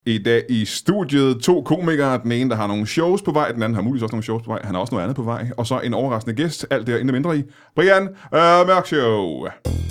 I dag i studiet 2 komikere. Den ene, der har nogle shows på vej. Den anden har muligvis også nogle shows på vej. Han har også noget andet på vej. Og så en overraskende gæst. Alt det intet mindre i Brian Mørk Show.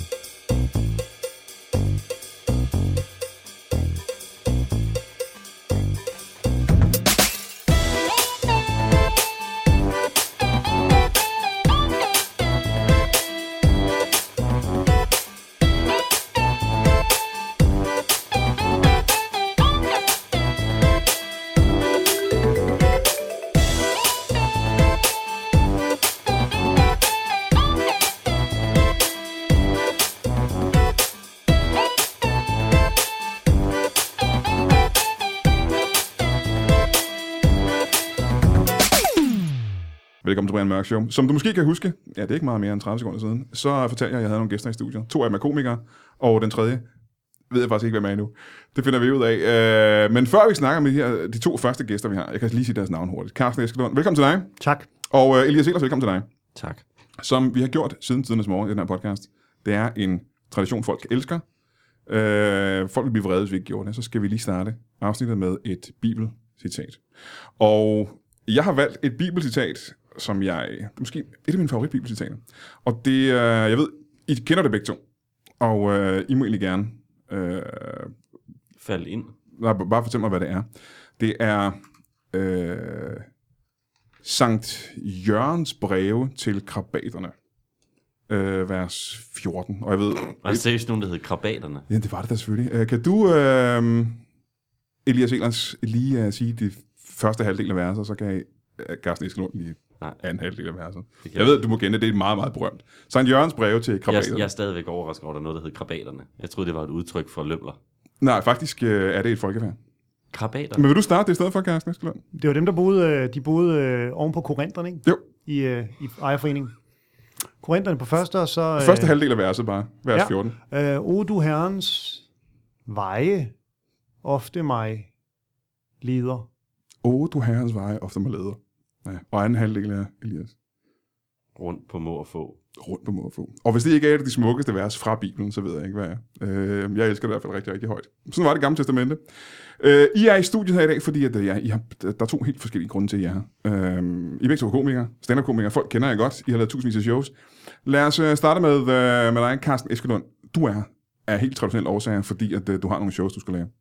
Velkommen til Brian Mørk Show. Som du måske kan huske, ja, det er ikke meget mere end 30 sekunder siden, så fortalte jeg, at jeg havde nogle gæster i studiet. 2 af dem er komikere, og den tredje ved jeg faktisk ikke, hvem er endnu. Det finder vi ud af. Men før vi snakker med de 2 første gæster, vi har, jeg kan lige sige deres navn hurtigt. Carsten Eskelund, velkommen til dig. Tak. Og Elias Ehlers, velkommen til dig. Tak. Som vi har gjort siden tidernes morgen i den her podcast, det er en tradition, folk elsker. Folk vil blive vrede, hvis vi ikke gjorde det. Så skal vi lige starte afsnittet med et bibelcitat. Og jeg har valgt et bibelcitat, som måske et af mine favoritbibelcitater. Og det, jeg ved, I kender det begge to. Og I må egentlig gerne Fald ind. bare fortæl mig, hvad det er. Det er Sankt Jørgens breve til krabaterne. Vers 14. Og jeg ved... Var det seriøst nogen, der hed krabaterne? Ja, det var det da selvfølgelig. Kan du, Elias Ehlers, lige sige de første halvdel af verset, så kan Carsten Eskelund lige anden halvdel af verset. Jeg ved, du må kende det er meget, meget berømt. Sankt Jørgens breve til krabaterne. Jeg er stadigvæk overrasket over, at der er noget, der hed krabaterne. Jeg troede, det var et udtryk for lømler. Nej, faktisk er det et folkefærd. Krabater? Men vil du starte det i stedet for, Carsten Eskelund? Det var dem, der boede oven på Korintherne, ikke? Jo. I ejerforeningen. Korintherne på første, og så... Første halvdel af verset bare, vers 14. O du Herrens veje, ofte mig leder. O du Herrens veje, ofte mig leder. Ja. Og anden halvdel er Elias. Rundt på må og få. Rundt på må og få. Og hvis det ikke er et af de smukkeste vers fra Bibelen, så ved jeg ikke, hvad jeg er. Jeg elsker det i hvert fald rigtig, rigtig højt. Sådan var det Gamle Testamente. I er i studiet her i dag, fordi at, der er 2 helt forskellige grunde til, at I er her. I er begge 2 komikere, stand-up-komikere. Folk kender jer godt. I har lavet tusindvis af shows. Lad os starte med dig, Carsten Eskelund. Du er her af helt traditionelle årsager, fordi at du har nogle shows, du skal lave.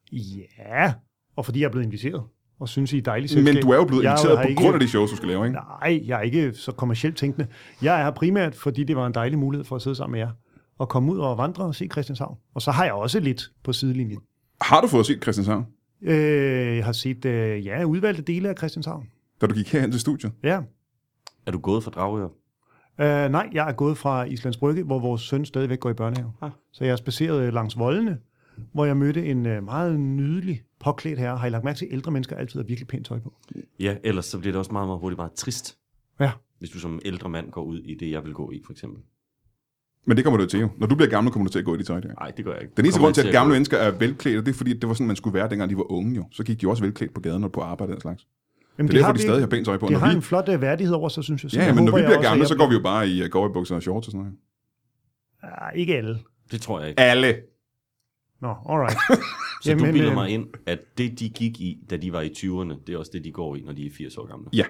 Ja, og fordi jeg er blevet inviteret. Og synes, I er dejligt selskab. Men du er jo blevet inviteret på grund af de shows, du skal lave, ikke? Nej, jeg er ikke så kommercielt tænkende. Jeg er her primært, fordi det var en dejlig mulighed for at sidde sammen med jer. Og komme ud og vandre og se Christianshavn. Og så har jeg også lidt på sidelinjen. Har du fået set Christianshavn? Jeg har set udvalgte dele af Christianshavn. Da du gik herhen til studiet? Ja. Er du gået fra Dragør? Nej, jeg er gået fra Islands Brygge, hvor vores søn stadigvæk går i børnehave. Så jeg er spaceret langs voldene, hvor jeg mødte en meget nydelig påklædt herre. Har I lagt mærke til, at ældre mennesker altid har virkelig pænt tøj på? Ja, ellers så bliver det også meget, meget hurtigt meget trist. Ja. Hvis du som ældre mand går ud i det, jeg vil gå i, for eksempel. Men det kommer du til jo. Når du bliver gammel, kommer du til at gå i de tøj der. Nej, det gør jeg ikke. Den eneste grund til, at gamle mennesker er velklædt, det er fordi, det var sådan, man skulle være, dengang de var unge jo. Så gik de også velklædt på gaden og på arbejde og den slags. Jamen, det er derfor, de stadig har pænt tøj på. Det har en flot værdighed over sig, synes jeg. Så ja, men når vi bliver gamle, så går vi jo bare i cowboybukser og shorts og sådan noget. Ikke alle. Det tror jeg ikke. Alle. Nå, alright. Så du bilder mig ind, at det, de gik i, da de var i 20'erne, det er også det, de går i, når de er 80 år gamle? Ja.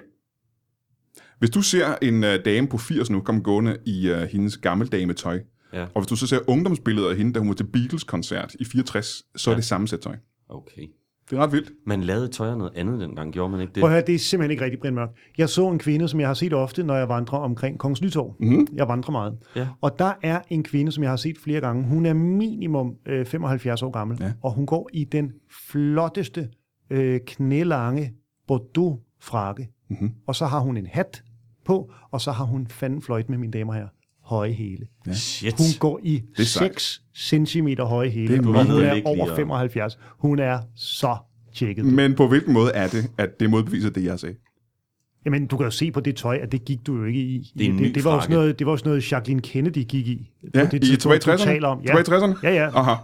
Hvis du ser en dame på 80 nu komme gående i hendes gammeldametøj, og hvis du så ser ungdomsbilleder af hende, da hun var til Beatles-koncert i 64, så er det samme sæt tøj. Okay. Det er ret vildt. Man lavede tøj noget andet dengang, gjorde man ikke det? Prøv at høre, det er simpelthen ikke rigtig, Brian Mørk. Jeg så en kvinde, som jeg har set ofte, når jeg vandrer omkring Kongens Nytorv. Mm-hmm. Jeg vandrer meget. Ja. Og der er en kvinde, som jeg har set flere gange. Hun er minimum 75 år gammel, og hun går i den flotteste knælange Bordeaux-frakke. Mm-hmm. Og så har hun en hat på, og så har hun fanden fløjt med mine damer her. Høje hæle. Ja. Shit. Hun går i 6 centimeter høje hæle. Hun er over 75. Hun er så tjekket. Men på hvilken måde er det, at det modbeviser det, jeg sagde? Jamen, du kan jo se på det tøj, at det gik du jo ikke i. Det var jo sådan noget, Jacqueline Kennedy gik i. Ja, det i 60'erne? Om. Ja. 60'erne? Ja, ja. Aha.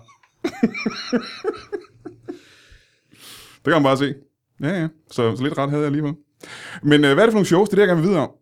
Det kan man bare se. Ja. Så lidt ret havde jeg alligevel. Men hvad er det for nogle shows? Det er det, jeg gerne vil vide om.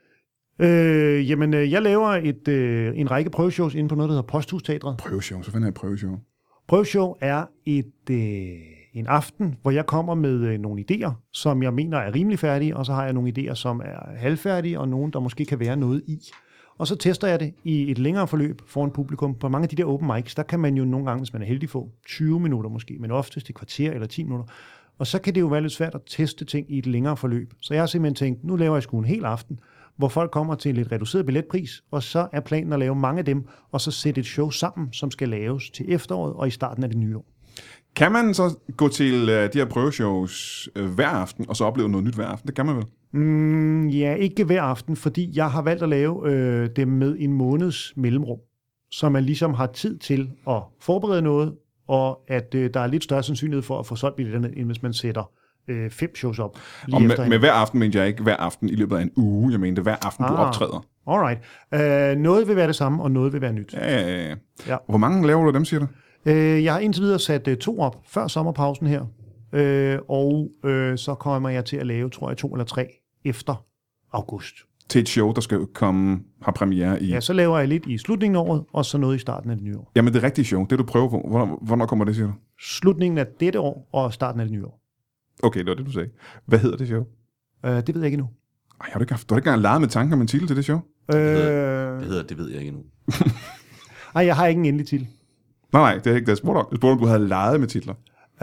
Jeg laver en række prøveshows inde på noget, der hedder Posthusteatret. Prøveshow? Så fanden er et prøveshow? Prøveshow er en aften, hvor jeg kommer med nogle idéer, som jeg mener er rimelig færdige, og så har jeg nogle idéer, som er halvfærdige, og nogle, der måske kan være noget i. Og så tester jeg det i et længere forløb foran publikum. På mange af de der open mics, der kan man jo nogle gange, hvis man er heldig, få 20 minutter måske, men oftest et kvarter eller 10 minutter. Og så kan det jo være lidt svært at teste ting i et længere forløb. Så jeg har simpelthen tænkt, nu laver jeg sgu en hel aften, hvor folk kommer til en lidt reduceret billetpris, og så er planen at lave mange af dem, og så sætte et show sammen, som skal laves til efteråret og i starten af det nye år. Kan man så gå til de her prøveshows hver aften, og så opleve noget nyt hver aften? Det kan man vel? Ja, ikke hver aften, fordi jeg har valgt at lave dem med en måneds mellemrum, så man ligesom har tid til at forberede noget, og at der er lidt større sandsynlighed for at få solgt billetterne, end hvis man sætter 5 shows op. Og med hver aften mente jeg ikke hver aften i løbet af en uge. Jeg mente hver aften, du optræder. Alright. Noget vil være det samme, og noget vil være nyt. Ja. Hvor mange laver du af dem, siger du? Jeg har indtil videre sat 2 op før sommerpausen her, og så kommer jeg til at lave, tror jeg, 2 eller 3 efter august. Til et show, der skal have premiere i... Ja, så laver jeg lidt i slutningen af året, og så noget i starten af det nye år. Jamen det rigtige show, det du prøver på, hvornår kommer det, siger du? Slutningen af dette år, og starten af det nye år. Okay, det var det, du sagde. Hvad hedder det show? Det ved jeg ikke endnu. Ej, du har ikke engang leget med tanker om en titel til det show? Det ved jeg ikke endnu. Nej, jeg har ikke en endelig titel. Nej, det er ikke det. Jeg spurgte, om du havde leget med titler.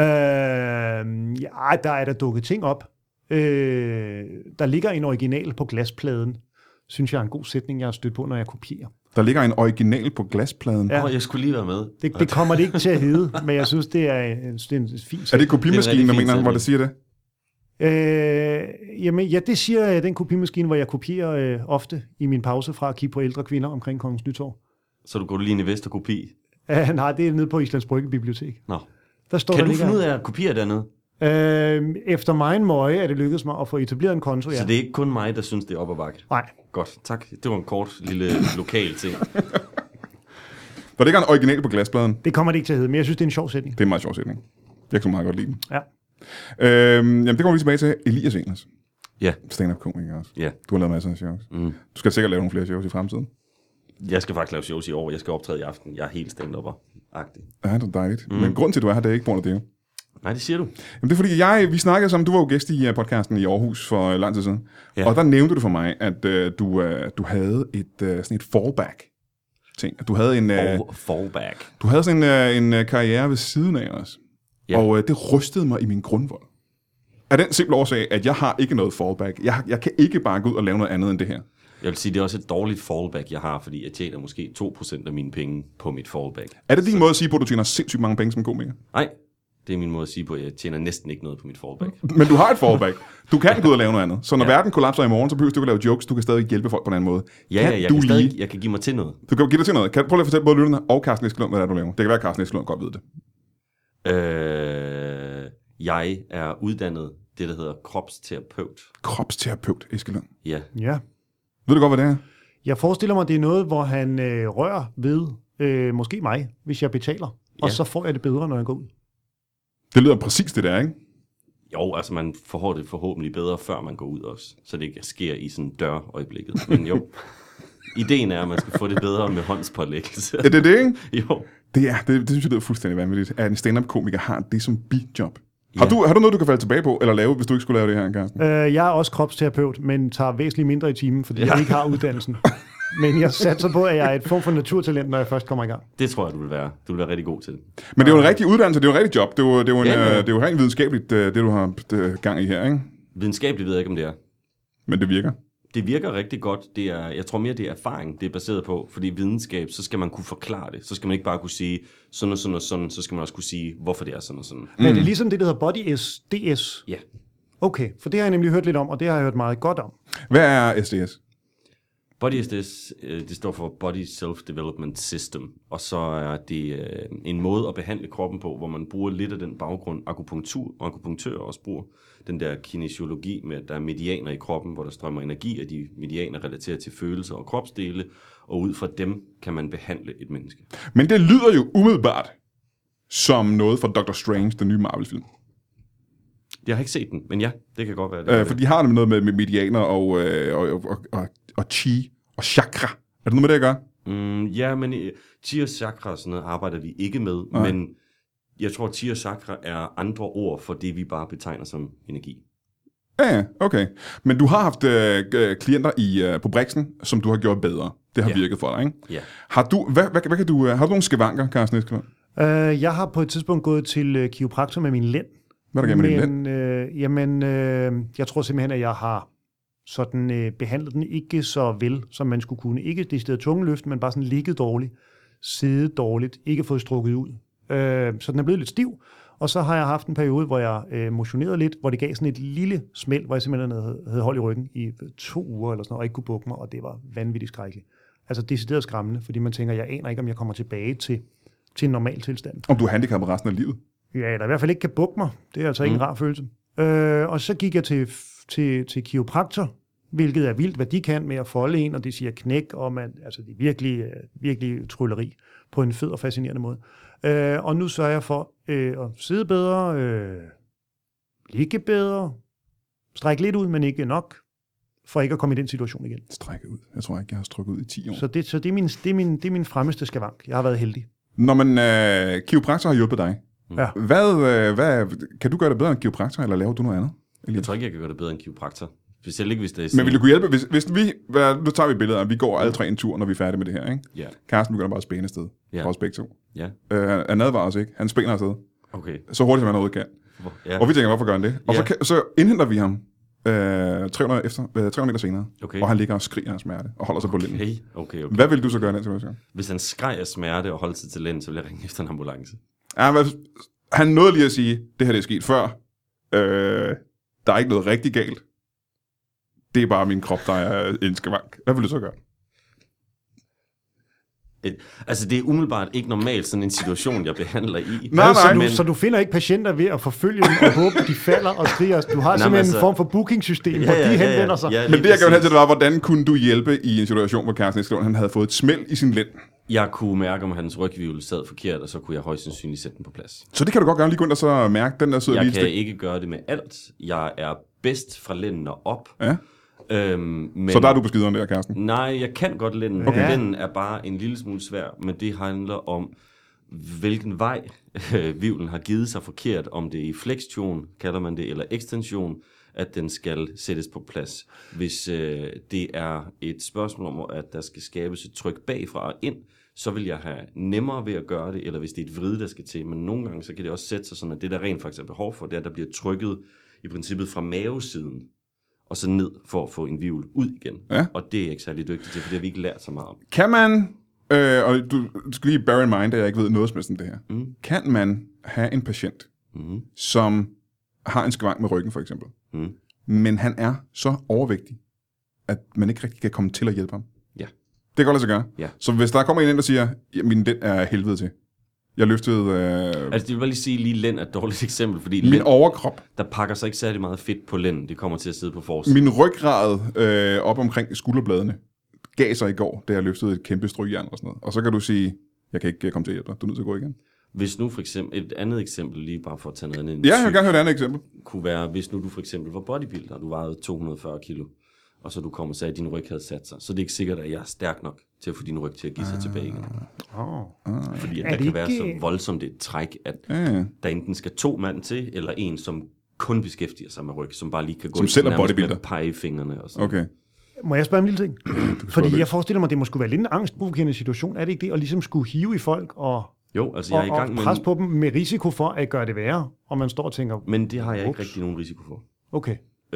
Ja, der er der dukket ting op. Der ligger en original på glaspladen. Synes jeg er en god sætning, jeg har stødt på, når jeg kopierer. Der ligger en original på glaspladen? Ja. Jeg skulle lige være med. Det kommer det ikke til at hedde, men jeg synes, det er en fin sætning. Er det kopimaskinen, der mener, hvor det siger det? Jamen, ja, det siger den kopimaskine, hvor jeg kopierer ofte i min pause fra at kigge på ældre kvinder omkring Kongens Nytorv. Så du går lige ind i Vesterkopi? Nej, det er nede på Islands Brygge Bibliotek. Nå. Der står, kan du finde ud af at kopiere dernede? Efter mig en møje er det lykkedes mig at få etableret en konto, ja. Så det er ikke kun mig, der synes, det er op ad bakke? Nej. Godt, tak. Det var en kort lille lokal ting. Der ligger en original på glaspladen? Det kommer det ikke til at hedde, men jeg synes, det er en sjov sætning. Det er en meget sjov sætning. Jeg kan så meget godt lide den. Ja. Jamen, det kommer vi tilbage til. Elias Englers. Ja. Stand-up-komiker også. Ja. Du har lavet masser af shows. Du skal sikkert lave nogle flere shows i fremtiden. Jeg skal faktisk lave shows i år. Jeg skal optræde i aften. Jeg er helt stand-upper-agtig. Ja, det er dejligt. Men grunden til, at du er her, det er ikke på grund af det. Nej, det siger du. Jamen, det er fordi, vi snakkede sammen, du var jo gæst i podcasten i Aarhus for lang tid siden. Ja. Og der nævnte du for mig, at du havde sådan et fallback-ting. At du havde en... fallback. Du havde sådan en karriere ved siden af os. Ja. Og det rystede mig i min grundvold. Af den simple årsag, at jeg har ikke noget fallback. Jeg kan ikke bare gå ud og lave noget andet end det her. Jeg vil sige, det er også et dårligt fallback, jeg har, fordi jeg tjener måske 2% af mine penge på mit fallback. Er det din måde at sige på, at du tjener sindssygt mange penge som komiker? Nej, det er min måde at sige på, at jeg tjener næsten ikke noget på mit fallback. Men du har et fallback. Du kan gå ud og lave noget andet. Så når verden kollapser i morgen, så behøver du ikke at lave jokes. Du kan stadig hjælpe folk på en anden måde. Jeg kan give mig til noget. Du kan give dig til noget. Prøv lige at fortælle både lytterne og Carsten Eskelund, hvad det er, du laver. Det kan være, at Carsten Eskelund godt ved det. Jeg er uddannet det, der hedder kropsterapeut. Kropsterapeut, Eskelund? Ja. Ved du godt, hvad det er? Jeg forestiller mig, det er noget, hvor han rører ved måske mig, hvis jeg betaler. Og så får jeg det bedre, når jeg går ud. Det lyder præcis det der, ikke? Jo, altså man får det forhåbentlig bedre, før man går ud også. Så det ikke sker i sådan dørøjeblikket. Men jo, ideen er, at man skal få det bedre med håndspålæggelse. Er det det, ikke? Jo. Det synes jeg lyder fuldstændig vanvittigt, at en stand-up-komiker har det som bijob. Har du noget, du kan falde tilbage på, eller lave, hvis du ikke skulle lave det her, Carsten? Jeg er også kropsterapeut, men tager væsentligt mindre i timen, fordi jeg ikke har uddannelsen. Men jeg satser på, at jeg er et form for naturtalent, når jeg først kommer i gang. Det tror jeg, du vil være. Du vil være rigtig god til. Men det er jo en rigtig uddannelse, det er jo en rigtig job. Det er jo rent videnskabeligt, det du har gang i her, ikke? Videnskabeligt ved jeg ikke, om det er. Men det virker. Det virker rigtig godt. Jeg tror mere, det er erfaring, det er baseret på. Fordi videnskab, så skal man kunne forklare det. Så skal man ikke bare kunne sige sådan og sådan og sådan. Så skal man også kunne sige, hvorfor det er sådan og sådan. Men er det ligesom det, der hedder Body SDS? Ja. Okay, for det har jeg nemlig hørt lidt om, og det har jeg hørt meget godt om. Hvad er SDS? Body SDS, det står for Body Self-Development System. Og så er det en måde at behandle kroppen på, hvor man bruger lidt af den baggrund, akupunktører også bruger den der kinesiologi med, at der er medianer i kroppen, hvor der strømmer energi, og de medianer relaterer til følelser og kropsdele, og ud fra dem kan man behandle et menneske. Men det lyder jo umiddelbart som noget fra Doctor Strange, den nye Marvel-film. Jeg har ikke set den, men ja, det kan godt være. For de har noget med medianer og chi og chakra. Er det noget med det, jeg gør? Ja, men chi og chakra og sådan noget arbejder vi ikke med, men Jeg tror, Chi og Chakra er andre ord for det, vi bare betegner som energi. Ja, okay. Men du har haft klienter på Brixen, som du har gjort bedre. Det har virket for dig, ikke? Ja. Har du, har du nogle skavanker, Carsten Eskelund? Jeg har på et tidspunkt gået til kiropraktor med min lænd. Hvad er der med din lænd? Jeg tror simpelthen, at jeg har sådan behandlet den ikke så vel, som man skulle kunne. Ikke decideret tungeløft, men bare sådan ligget dårligt, siddet dårligt, ikke fået strukket ud. Så den er blevet lidt stiv. Og så har jeg haft en periode, hvor jeg motionerede lidt, hvor det gav sådan et lille smæld, hvor jeg simpelthen havde hold i ryggen i 2 uger eller sådan noget, og ikke kunne bukke mig, og det var vanvittigt skrækkeligt. Altså decideret skræmmende, fordi man tænker, jeg aner ikke, om jeg kommer tilbage til en normal tilstand. Om du er handicappet resten af livet? Ja, eller i hvert fald ikke kan bukke mig. Det er altså ikke en rar følelse. Og så gik jeg til kiropraktor, hvilket er vildt, hvad de kan med at folde en, og det siger knæk, og altså det er virkelig trylleri på en fed og fascinerende måde. Og nu sørger jeg for at sidde bedre, ligge bedre, strække lidt ud, men ikke nok, for ikke at komme i den situation igen. Strække ud? Jeg tror ikke, jeg har strukket ud i 10 år. Så det er min fremmeste skavank. Jeg har været heldig. Når man kiropraktor har hjulpet dig, Ja. hvad, kan du gøre det bedre end kiropraktor, eller laver du noget andet? Jeg tror ikke, jeg kan gøre det bedre end kiropraktor. Specielt ikke, hvis det er Men vil du kunne hjælpe, hvis vi, nu tager vi billeder, vi går alle 3 en tur, når vi er færdige med det her, ikke? Ja. Carsten begynder bare at spæne afsted, for os begge to. Ja. Han advarer os ikke, han spæner afsted, Okay. så hurtigt som han overhovedet kan. Ja. Og vi tænker, hvorfor gør han det? Og så indhenter vi ham 300 meter senere, og han ligger og skriger af smerte, og holder sig på linden. Okay. Hvad vil du så gøre i den situation? Hvis han skreg af smerte og holdt sig til linden, så vil jeg ringe efter en ambulance. Ja, han nåede lige at sige, det her det er sket før. Der er ikke noget rigtig galt. Det er bare min krop, der er en skavank. Hvad vil du så gøre? Altså, det er umiddelbart ikke normalt sådan en situation, jeg behandler i. Nej. Så du finder ikke patienter ved at forfølge dem og håbe, de falder og skriger. Du har simpelthen en form for bookingsystem, hvor de henvender sig. Men det, jeg kan have til, det var, hvordan kunne du hjælpe i en situation, hvor Carsten Eskelund, han havde fået et smæld i sin lænd? Jeg kunne mærke, om hans rygvirvel sad forkert, og så kunne jeg højst sandsynligt sætte den på plads. Så det kan du godt gøre, lige gå ind og så mærke, den der sidder jeg lige kan ikke gøre det med alt. Jeg er bedst fra lænden og op. Ja. Men så der er du på skideren der, Carsten? Nej, jeg kan godt lænden. Okay. Lænden er bare en lille smule svær, men det handler om, hvilken vej vivlen har givet sig forkert, om det er i flexion, kalder man det, eller ekstension, at den skal sættes på plads. Hvis det er et spørgsmål om, at der skal skabes et tryk bagfra og ind, så vil jeg have nemmere ved at gøre det, eller hvis det er et vrid, der skal til. Men nogle gange, så kan det også sætte sig sådan, at det, der rent faktisk er behov for, det er, at der bliver trykket i princippet fra mavesiden, og så ned for at få en hvirvel ud igen. Ja. Og det er jeg ikke særlig dygtig til, for det har vi ikke lært så meget om. Kan man, og du skal lige bear in mind, at jeg ikke ved noget som det her. Kan man have en patient, som har en skavank med ryggen for eksempel, men han er så overvægtig, at man ikke rigtig kan komme til at hjælpe ham? Ja. Det kan godt lade sig gøre. Ja. Så hvis der kommer en ind, der siger, min den er helvede til. Jeg løftede... Altså, det vil bare lige sige, lige lænd er et dårligt eksempel, fordi min overkrop, der pakker sig ikke særlig meget fedt på lænden. Det kommer til at sidde på forsiden. Min ryggrad op omkring skulderbladene gav sig i går, da jeg løftede et kæmpe strygjern og sådan noget. Og så kan du sige, jeg kan ikke komme til at hjælpe dig. Du er nødt til at gå igen. Hvis nu for eksempel, et andet eksempel, lige bare for at tage noget andet. Ja, jeg vil gerne høre et andet eksempel. Kunne være, hvis nu du for eksempel var bodybuilder, og du vejede 240 kilo, og så du kommer og sagde, at din ryg havde sat sig. Så det er ikke sikkert, at jeg er stærk nok til at få din ryg til at give sig tilbage igen. Fordi at der kan være så voldsomt et træk, at der enten skal 2 mand til, eller en, som kun beskæftiger sig med ryg, som bare lige kan gå som selv er bodybuilder. Med pegefingrene og sådan. Okay. Må jeg spørge en lille ting? Fordi jeg forestiller mig, at det må skulle være lidt en angstprovokerende situation. Er det ikke det? Og ligesom skulle hive i folk og, jo, altså jeg er i gang og presse på dem med risiko for at gøre det værre, og man står og tænker... Men det har jeg ikke rigtig nogen risiko for. Okay.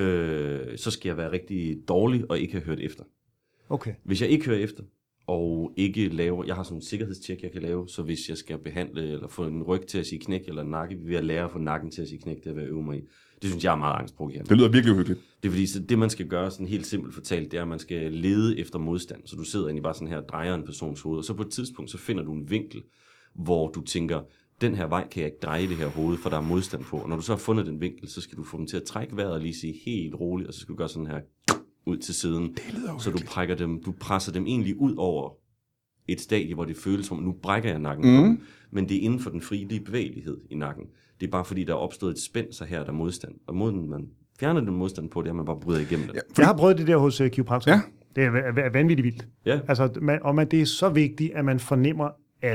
Så skal jeg være rigtig dårlig og ikke have hørt efter. Okay. Hvis jeg ikke hører efter, og ikke laver... Jeg har sådan en sikkerhedstjek, jeg kan lave, så hvis jeg skal behandle eller få en ryg til at sige knæk, eller en nakke, vil jeg lære at få nakken til at sige knæk, det er hvad jeg øver mig i. Det synes jeg er meget angstprovokerende. Det lyder virkelig uhyggeligt. Det er fordi, så det man skal gøre, sådan helt simpelt fortalt, det er, at man skal lede efter modstand. Så du sidder egentlig bare sådan her og drejer en persons hoved, og så på et tidspunkt, så finder du en vinkel, hvor du tænker, den her vej kan jeg ikke dreje det her hoved, for der er modstand på. Og når du så har fundet den vinkel, så skal du få dem til at trække vejret og lige sige helt roligt, og så skal du gøre sådan her ud til siden. Så du presser dem egentlig ud over et stadie, hvor det føles som, nu brækker jeg nakken. Men det er inden for den frie bevægelighed i nakken. Det er bare fordi, der er opstået et spænd, så her er der modstand. Og måden man fjerner den modstand på, det er, at man bare bryder igennem det. Ja, jeg har prøvet det der hos kiropraktor. Ja. Det er vanvittigt vildt. Ja. Altså, det er så vigtigt, at man fornemmer, at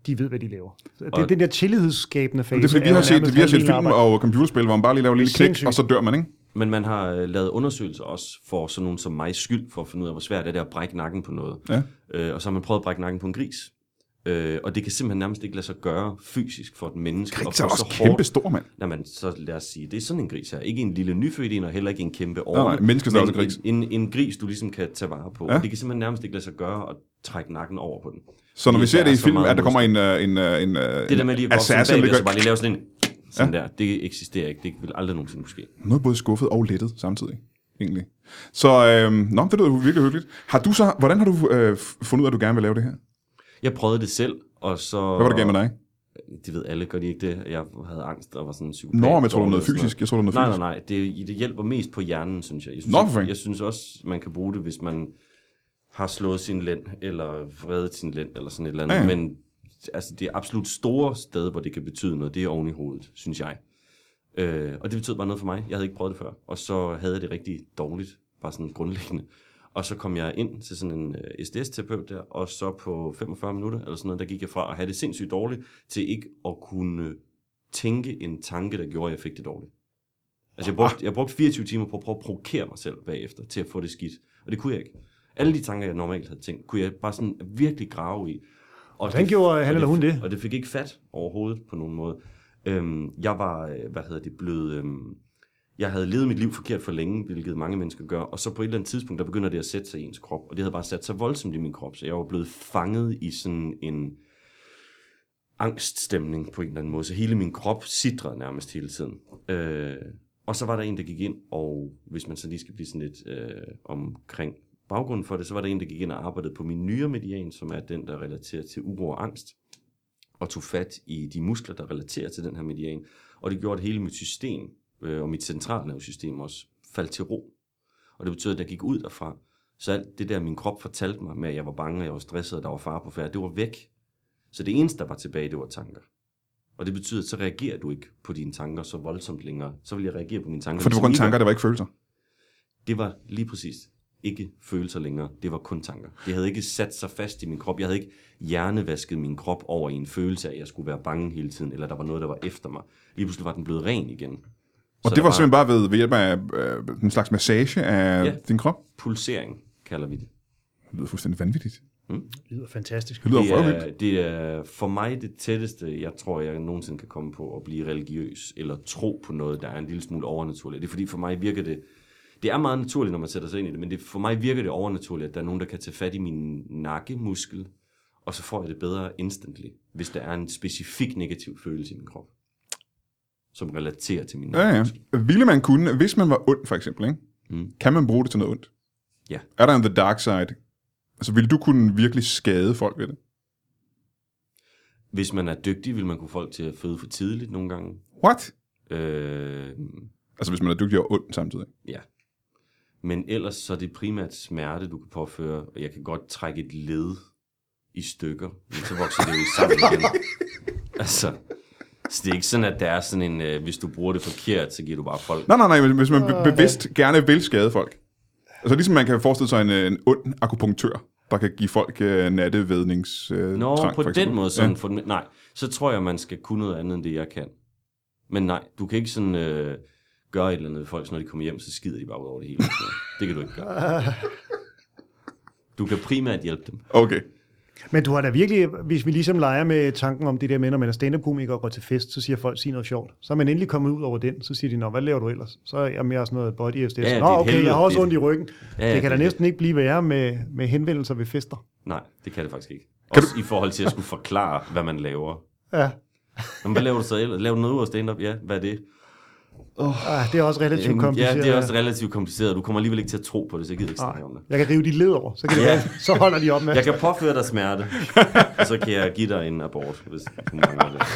de ved, hvad de laver. Det er den der tillidsskabende fase. Det er fordi, vi har set film og computerspil, hvor man bare lige laver en lille klik, og så dør man, ikke? Men man har lavet undersøgelser også for sådan nogen som mig skyld, for at finde ud af, hvor svært det er at brække nakken på noget. Ja. Og så har man prøvet at brække nakken på en gris. Og det kan simpelthen nærmest ikke lade sig gøre fysisk for et menneske. Gris er også kæmpe stor, mand. Jamen, så lad os sige, det er sådan en gris her. Ikke en lille nyfødt en, og heller ikke en kæmpe orme. Nej, menneskestørrelse gris. En gris, du ligesom kan tage vare på. Ja. Og det kan simpelthen nærmest ikke lade sig gøre at trække nakken over på den. Så når vi ser det i film, at der kommer en det der med lige at gå op bagved, så bare lige lave sådan der, det eksisterer ikke. Det vil aldrig nogensinde kunne ske. Noget både skuffet og lettet samtidig, egentlig. Så, det lyder virkelig hyggeligt. Hvordan har du fundet ud af, at du gerne vil lave det her? Jeg prøvede det selv, og så... Hvad var det galt med dig? De ved alle, gør de ikke det? Jeg havde angst og var sådan en psykopat. Men jeg tror, det var noget fysisk. Nej. Det hjælper mest på hjernen, synes jeg. Jeg synes også, man kan bruge det, hvis man har slået sin lænd, eller vredet sin lænd, eller sådan et eller andet. Ja. Men altså, det absolut store sted, hvor det kan betyde noget, det er oven i hovedet, synes jeg. Og det betød bare noget for mig. Jeg havde ikke prøvet det før. Og så havde jeg det rigtig dårligt, bare sådan grundlæggende. Og så kom jeg ind til sådan en SDS-terapeut der, og så på 45 minutter, eller sådan noget, der gik jeg fra at have det sindssygt dårligt, til ikke at kunne tænke en tanke, der gjorde, at jeg fik det dårligt. Altså jeg brugte 24 timer på at prøve at provokere mig selv bagefter, til at få det skidt. Og det kunne jeg ikke. Alle de tanker, jeg normalt havde tænkt, kunne jeg bare sådan virkelig grave i. Og hvordan gjorde han eller hun det? Og det fik ikke fat overhovedet på nogen måde. Jeg var, blevet... Jeg havde levet mit liv forkert for længe, hvilket mange mennesker gør, og så på et eller andet tidspunkt, der begynder det at sætte sig i ens krop, og det havde bare sat sig voldsomt i min krop, så jeg var blevet fanget i sådan en angststemning på en eller anden måde, så hele min krop sidrede nærmest hele tiden. Og så var der en, der gik ind, og hvis man så lige skal blive sådan lidt omkring baggrunden for det, så var der en, der gik ind og arbejdede på min nyremedian, som er den, der relaterer til uro og angst, og tog fat i de muskler, der relaterer til den her median, og det gjorde, at hele mit system, og mit centralnervesystem også faldt til ro. Og det betød, at jeg gik ud derfra. Så alt det der, min krop fortalte mig med, at jeg var bange, og jeg var stresset, og der var fare på færd, det var væk. Så det eneste, der var tilbage, det var tanker. Og det betyder, at så reagerer du ikke på dine tanker så voldsomt længere. Så vil jeg reagere på mine tanker. For det var kun tanker, det var ikke følelser? Det var lige præcis ikke følelser længere. Det var kun tanker. Det havde ikke sat sig fast i min krop. Jeg havde ikke hjernevasket min krop over i en følelse af, at jeg skulle være bange hele tiden, eller der var noget, der var efter mig. Lige pludselig var den blevet ren igen. Og det var simpelthen bare ved hjælp af en slags massage af din krop? Pulsering kalder vi det. Det lyder fuldstændig vanvittigt. Det lyder fantastisk. Det er for mig det tætteste, jeg tror, jeg nogensinde kan komme på at blive religiøs, eller tro på noget, der er en lille smule overnaturligt. Det er fordi for mig virker det, det er meget naturligt, når man sætter sig ind i det, men for mig virker det overnaturligt, at der er nogen, der kan tage fat i min nakkemuskel, og så får jeg det bedre instantly, hvis der er en specifik negativ følelse i min krop, som relaterer til min nakkemuskel. Ja. Ville man kunne, hvis man var ond for eksempel, ikke? Kan man bruge det til noget ondt? Ja. Er der en the dark side? Altså, ville du kunne virkelig skade folk ved det? Hvis man er dygtig, vil man kunne folk til at føde for tidligt nogle gange. What? Altså, hvis man er dygtig og ond samtidig? Ja. Men ellers så er det primært smerte, du kan påføre, og jeg kan godt trække et led i stykker, men så vokser det jo sammen igen. Altså, så det er ikke sådan, at der er sådan en, hvis du bruger det forkert, så giver du bare folk... Nej, hvis man bevidst gerne vil skade folk. Altså ligesom man kan forestille sig en ond akupunktør, der kan give folk nattevædningstrang, på den måde sådan, nej, så tror jeg, man skal kunne noget andet, end det jeg kan. Men nej, du kan ikke sådan gøre et eller andet ved folk, så når de kommer hjem, så skider de bare ud over det hele. Det kan du ikke gøre. Du kan primært hjælpe dem. Okay. Men du har da virkelig, hvis vi ligesom leger med tanken om det der med, når man er stand-up-komiker og går til fest, så siger folk, sig noget sjovt. Så er man endelig kommet ud over den, så siger de, nå, hvad laver du ellers? Så er jeg mere sådan noget body SDS. Ja, nå, okay, helvede, jeg har også ondt i ryggen. Ja, det kan da næsten ikke blive værre med henvendelser ved fester. Nej, det kan det faktisk ikke. Også i forhold til at skulle forklare, hvad man laver. Ja. Men hvad laver du så ellers? Laver du noget ud af stand-up? Ja, hvad er det? Det er også relativt kompliceret. Ja, det er også relativt kompliceret. Du kommer alligevel ikke til at tro på det, så jeg gider ikke snakke om det. Jeg kan rive dit led over, så holder de op med. Jeg kan påføre dig smerte, og så kan jeg give dig en abort, hvis du mangler det.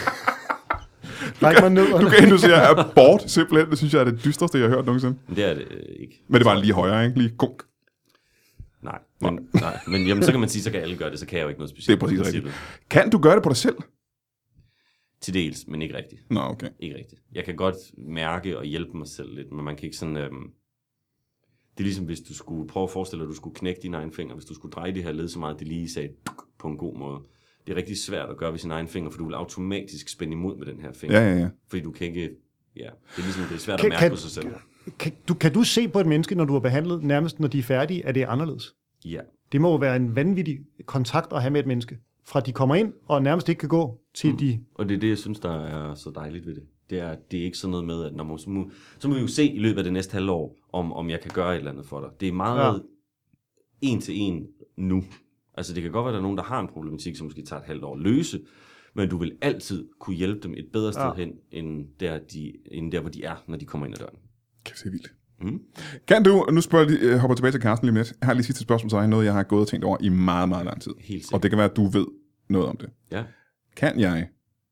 Du kan inducere abort, simpelthen. Det synes jeg er det dystreste, jeg har hørt nogensinde. Det er det ikke. Men det var lige højere, ikke? Lige gunk. Nej, men jamen, så kan man sige, så kan alle gøre det, så kan jeg jo ikke noget specielt. Det er præcis rigtigt. Kan du gøre det på dig selv? Til dels, men ikke rigtigt. Nå, okay. Ikke rigtigt. Jeg kan godt mærke og hjælpe mig selv lidt, men man kan ikke sådan... det er ligesom, hvis du skulle prøve at forestille dig, at du skulle knække dine egne fingre, hvis du skulle dreje det her led så meget, det lige sagde på en god måde. det er rigtig svært at gøre ved sin egen finger, for du vil automatisk spænde imod med den her finger. Ja. Fordi du kan ikke... Ja, det er ligesom, det er svært at mærke på sig selv. Kan du se på et menneske, når du har behandlet, nærmest når de er færdige, at det er anderledes? Ja. Det må jo være en vanvittig kontakt at have med et menneske. Fra de kommer ind, og nærmest ikke kan gå, til de... Og det er det, jeg synes, der er så dejligt ved det. Det er ikke sådan noget med, at når man, så må vi jo se i løbet af det næste halvår, om jeg kan gøre et eller andet for dig. Det er meget en til en nu. Altså det kan godt være, at der er nogen, der har en problematik, som måske tager et halvt år at løse, men du vil altid kunne hjælpe dem et bedre sted hen, end der, hvor de er, når de kommer ind ad døren. Kan vi se vildt. Kan du, nu spørger jeg hopper tilbage til Carsten lige lidt. Jeg har lige sidste spørgsmål til dig, noget jeg har gået og tænkt over i meget, meget lang tid. Helt sikkert. Og det kan være, at du ved noget om det. Ja. Kan jeg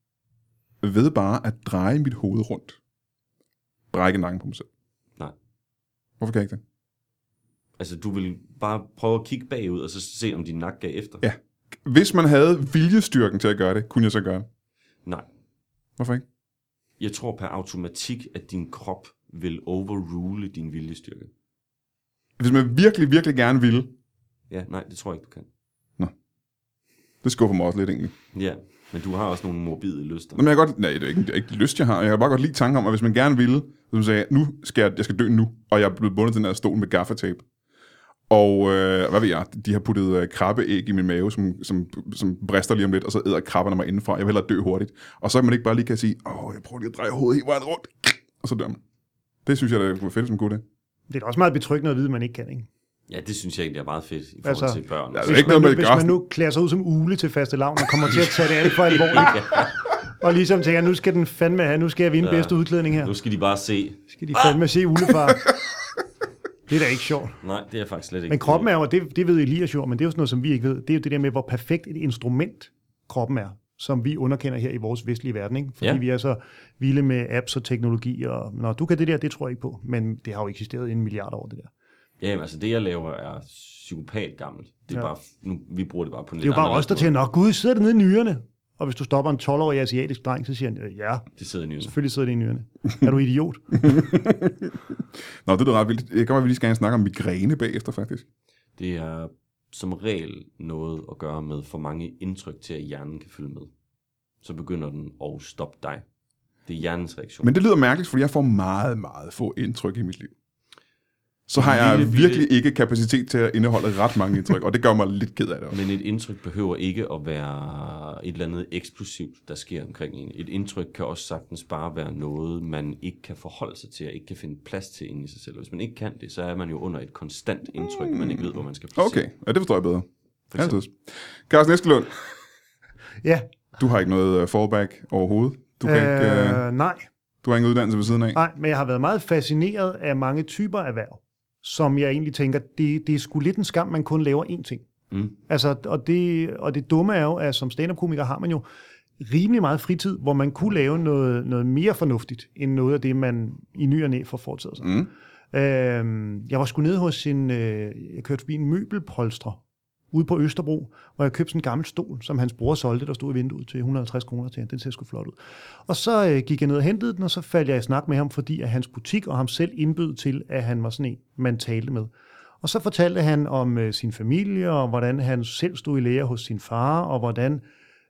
ved bare at dreje mit hoved rundt, brække nakken på mig selv? Nej. Hvorfor kan jeg ikke det? Altså, du vil bare prøve at kigge bagud, og så se, om din nakke gav efter? Ja. Hvis man havde viljestyrken til at gøre det, kunne jeg så gøre det? Nej. Hvorfor ikke? Jeg tror per automatik, at din krop vil overrule din viljestyrke. Hvis man virkelig, virkelig gerne ville? Ja, nej, det tror jeg ikke, du kan. Nå. Det skuffer mig også lidt egentlig. Ja, men du har også nogle morbide lyster. Nå, men det er ikke lyst, jeg har. Jeg har bare godt lide tanken om, at hvis man gerne ville, så sagde jeg skal dø nu, og jeg er blevet bundet til den her stol med gaffatape. Og hvad ved jeg, de har puttet krabbeæg i min mave, som brister lige om lidt, og så æder krabberne mig indenfra. Jeg vil hellere dø hurtigt. Og så man ikke bare lige kan sige, jeg prøver lige at dreje hovedet hele vejen rundt, og så dør man. Det synes jeg, det var fedt som god det. Det er da også meget betryggende at vide, at man ikke kan, ikke? Ja, det synes jeg egentlig er meget fedt i forhold til børn. Altså, hvis man nu klæder sig ud som ule til fastelavn og kommer til at tage det alt for alvorligt, og ligesom tænker, nu skal den fandme have, nu skal jeg vinde bedste udklædning her. Nu skal de bare se. Skal de fandme se ulefar. Det er da ikke sjovt. Nej, det er faktisk slet ikke. Men kroppen er jo, det ved Elias jo, men det er jo sådan noget, som vi ikke ved. Det er jo det der med, hvor perfekt et instrument kroppen er, som vi underkender her i vores vestlige verden, ikke? Fordi vi er så vilde med apps og teknologi, og når du kan det der, det tror jeg ikke på, men det har jo eksisteret i 1 milliard år, det der. Ja, altså det, jeg laver, er psykopat gammelt. Det er bare, nu, vi bruger det bare på en lidt anden måde. Det er jo bare os, der tænker, gud, sidder det nede i nyrerne? Og hvis du stopper en 12-årig asiatisk dreng, så siger han, ja, det sidder i nyrerne. Selvfølgelig sidder det i nyrerne. Er du idiot? Nå, det er ret vildt. Det kan være, at vi lige skal snakke om migræne bagefter, faktisk. Det er som regel noget at gøre med for mange indtryk til, at hjernen kan følge med. Så begynder den at stoppe dig. Det er hjernens reaktion. Men det lyder mærkeligt, fordi jeg får meget, meget få indtryk i mit liv. Så har jeg virkelig ikke kapacitet til at indeholde ret mange indtryk, og det gør mig lidt ked af det også. Men et indtryk behøver ikke at være et eller andet eksplosivt, der sker omkring en. Et indtryk kan også sagtens bare være noget, man ikke kan forholde sig til, og ikke kan finde plads til inde i sig selv. Hvis man ikke kan det, så er man jo under et konstant indtryk, man ikke ved, hvor man skal placere. Okay, ja, det forstår jeg bedre. Carsten Eskelund. Ja. Du har ikke noget fallback overhovedet? Du kan ikke, nej. Du har ingen uddannelse ved siden af? Nej, men jeg har været meget fascineret af mange typer erhverv, som jeg egentlig tænker, det er sgu lidt en skam, man kun laver én ting. Altså, og det dumme er jo, at som stand-up-komiker har man jo rimelig meget fritid, hvor man kunne lave noget mere fornuftigt, end noget af det, man i ny og næ får foretaget sig. Jeg var sgu nede hos jeg kørte forbi en møbelpolstrer ude på Østerbro, hvor jeg købte sådan en gammel stol, som hans bror solgte, der stod i vinduet til 150 kroner til. Den ser sgu flot ud. Og så gik jeg ned og hentede den, og så faldt jeg i snak med ham, fordi at hans butik og ham selv indbød til, at han var sådan en, man talte med. Og så fortalte han om sin familie, og hvordan han selv stod i lære hos sin far, og hvordan,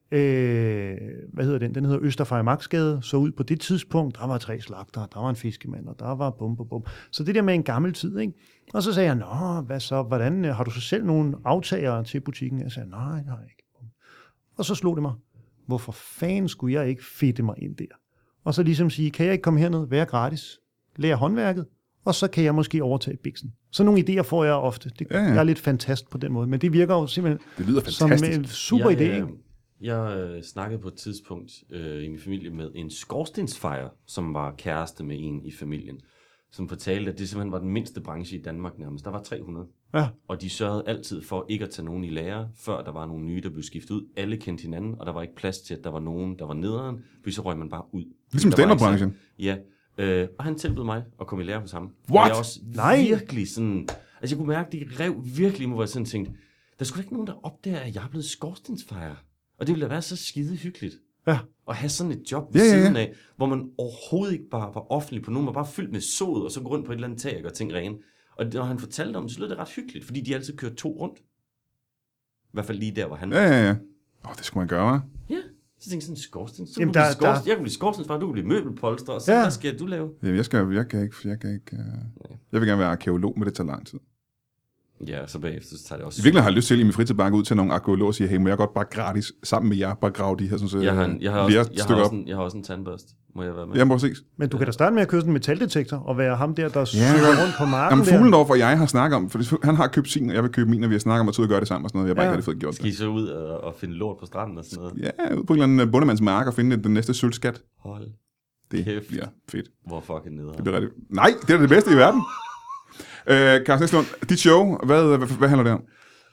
hvad hedder den? Den hedder Østerfejmarksgade, så ud på det tidspunkt, der var 3 slagter, der var en fiskemand, og der var bum. Så det der med en gammel tid, ikke? Og så sagde jeg, nå, hvad så, hvordan, har du så selv nogle aftagere til butikken? Jeg sagde, nej, det har jeg ikke. Og så slog det mig, hvorfor fanden skulle jeg ikke fedte mig ind der? Og så ligesom sige, kan jeg ikke komme herned, være gratis, lære håndværket, og så kan jeg måske overtage biksen. Så nogle idéer får jeg ofte. Jeg er lidt fantast på den måde, men det virker jo simpelthen det lyder fantastisk. Som en super idé, ikke? Jeg snakkede på et tidspunkt i min familie med en skorstensfejer, som var kæreste med en i familien, som fortalte, at det simpelthen var den mindste branche i Danmark nærmest. Der var 300. Ja. Og de sørgede altid for ikke at tage nogen i lære, før der var nogle nye, der blev skiftet ud. Alle kendte hinanden, og der var ikke plads til, at der var nogen, der var nederen, fordi så røg man bare ud. Ligesom stand-up-branchen? Ja. Og han tilbød mig at komme i lære hos ham. What? Og jeg også virkelig sådan... Altså jeg kunne mærke, det rev virkelig, hvor jeg sådan tænkte, der skulle ikke nogen, der opdager, at jeg er blevet skorstensfejer. Og det ville da være så skide hyggeligt. Ja. At have sådan et job ved siden af, hvor man overhovedet ikke bare var offentlig på nogen, man bare fyldt med sod, og så gå rundt på et eller andet tag og gøre ting rene. Og når han fortalte om det, så lød det ret hyggeligt, fordi de altid kørte 2 rundt. I hvert fald lige der, hvor han var. Ja. Det skulle man gøre, hva'? Ja. Så tænkte jeg sådan en skorsten. Jamen, jeg kan blive skorstensfar, du kan blive møbelpolster, og så hvad skal du lave? Jamen, jeg kan ikke. Jeg vil gerne være arkeolog, men det tager lang tid. Ja, så bagefter så tager det også... I virkeligheden har jeg lyst til i min fritid bare gå ud til nogle arkeologer og sige, hey, må jeg godt bare gratis sammen med jer bare grave de her sådan jeg har også en tandbørste. Må jeg være med? Jamen, præcis. Men du kan da starte med at købe sådan en metaldetektor og være ham der søger rundt på marken. Jamen, Fuglendorf og jeg har snakket om, for han har købt sin, og jeg vil købe min, og vi har snakket om at tage ud og gøre det sammen og sådan noget. Jeg har bare ikke rigtig fået gjort det. Skal I så ud og finde lort på stranden og sådan noget? Ja, ud på en eller anden bondemands mark og finde den næste sølvskat. Hold det kæft. bliver fedt. Hvor fucking nede. Det bliver rigtig... Nej, det er det bedste i verden. Carsten Estlund, dit show, hvad handler det om?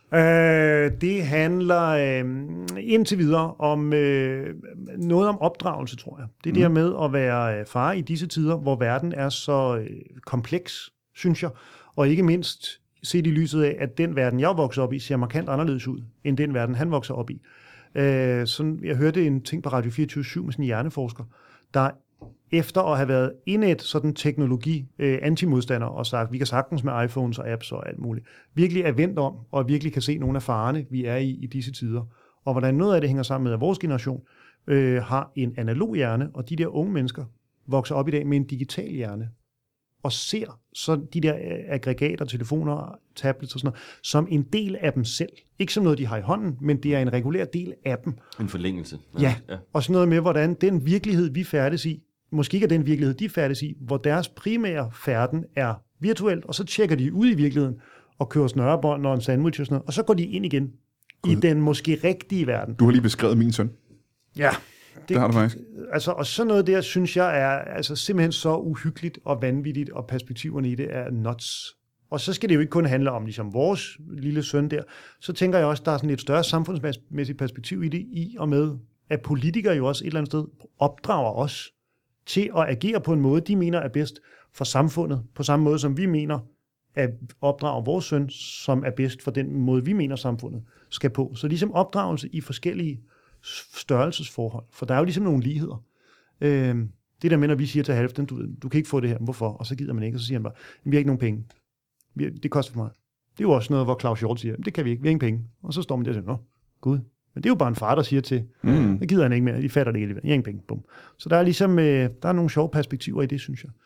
Det handler indtil videre om noget om opdragelse, tror jeg. Det er der med at være far i disse tider, hvor verden er så kompleks, synes jeg. Og ikke mindst set i lyset af, at den verden, jeg vokser op i, ser markant anderledes ud, end den verden, han vokser op i. Sådan, jeg hørte en ting på Radio 24/7 med sådan en hjerneforsker, der efter at have været indet sådan teknologi-antimodstander og sagt, vi kan sagtens med iPhones og apps og alt muligt, virkelig er vendt om, og virkelig kan se nogle af farerne, vi er i disse tider. Og hvordan noget af det hænger sammen med, at vores generation har en analog hjerne, og de der unge mennesker vokser op i dag med en digital hjerne, og ser så de der aggregater, telefoner, tablets og sådan noget, som en del af dem selv. Ikke som noget, de har i hånden, men det er en regulær del af dem. En forlængelse. Ja. Og sådan noget med, hvordan den virkelighed, vi færdes i, måske ikke er den virkelighed, de færdes i, hvor deres primære færden er virtuelt, og så tjekker de ud i virkeligheden, og kører snørebånd og en sandwich og sådan noget, og så går de ind igen i den måske rigtige verden. Du har lige beskrevet min søn. Ja. Det har du faktisk. Altså, og sådan noget der, synes jeg, er altså simpelthen så uhyggeligt og vanvittigt, og perspektiverne i det er nuts. Og så skal det jo ikke kun handle om ligesom vores lille søn der. Så tænker jeg også, der er sådan et større samfundsmæssigt perspektiv i det, i og med, at politikere jo også et eller andet sted opdrager os til at agere på en måde, de mener er bedst for samfundet, på samme måde som vi mener at opdrage vores søn, som er bedst for den måde, vi mener samfundet skal på. Så ligesom opdragelse i forskellige størrelsesforhold, for der er jo ligesom nogle ligheder. Det der med, når vi siger til halvden, du kan ikke få det her, hvorfor? Og så gider man ikke, og så siger han bare, vi har ikke nogen penge. Det koster for meget. Det er jo også noget, hvor Claus Hjort siger, det kan vi ikke, vi har ingen penge. Og så står man der og siger, nå, gud. Men det er jo bare en far, der siger til, det gider han ikke mere, de fatter det ikke, jeg har ingen penge. Bum. Så der er ligesom, der er nogle sjove perspektiver i det, synes jeg.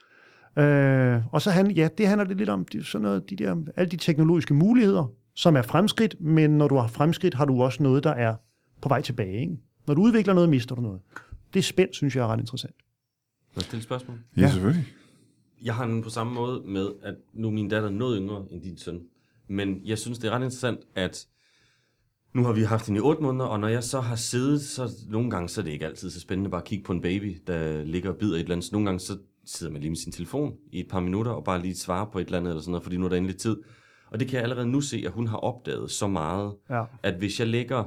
Og så det handler det lidt om sådan noget, alle de teknologiske muligheder, som er fremskridt, men når du har fremskridt, har du også noget, der er på vej tilbage. Ikke? Når du udvikler noget, mister du noget. Det spænd, synes jeg er ret interessant. Må jeg stille et spørgsmål? Ja, selvfølgelig. Jeg har den på samme måde med, at nu er min datter noget yngre end din søn. Men jeg synes, det er ret interessant, at nu har vi haft hende i 8 måneder, og når jeg så har siddet, så nogle gange så er det ikke altid så spændende bare at kigge på en baby, der ligger og bider et eller andet. Så nogle gange så sidder man lige med sin telefon i et par minutter og bare lige svarer på et eller andet eller sådan noget, fordi nu er der endelig tid. Og det kan jeg allerede nu se, at hun har opdaget så meget, at hvis jeg lagde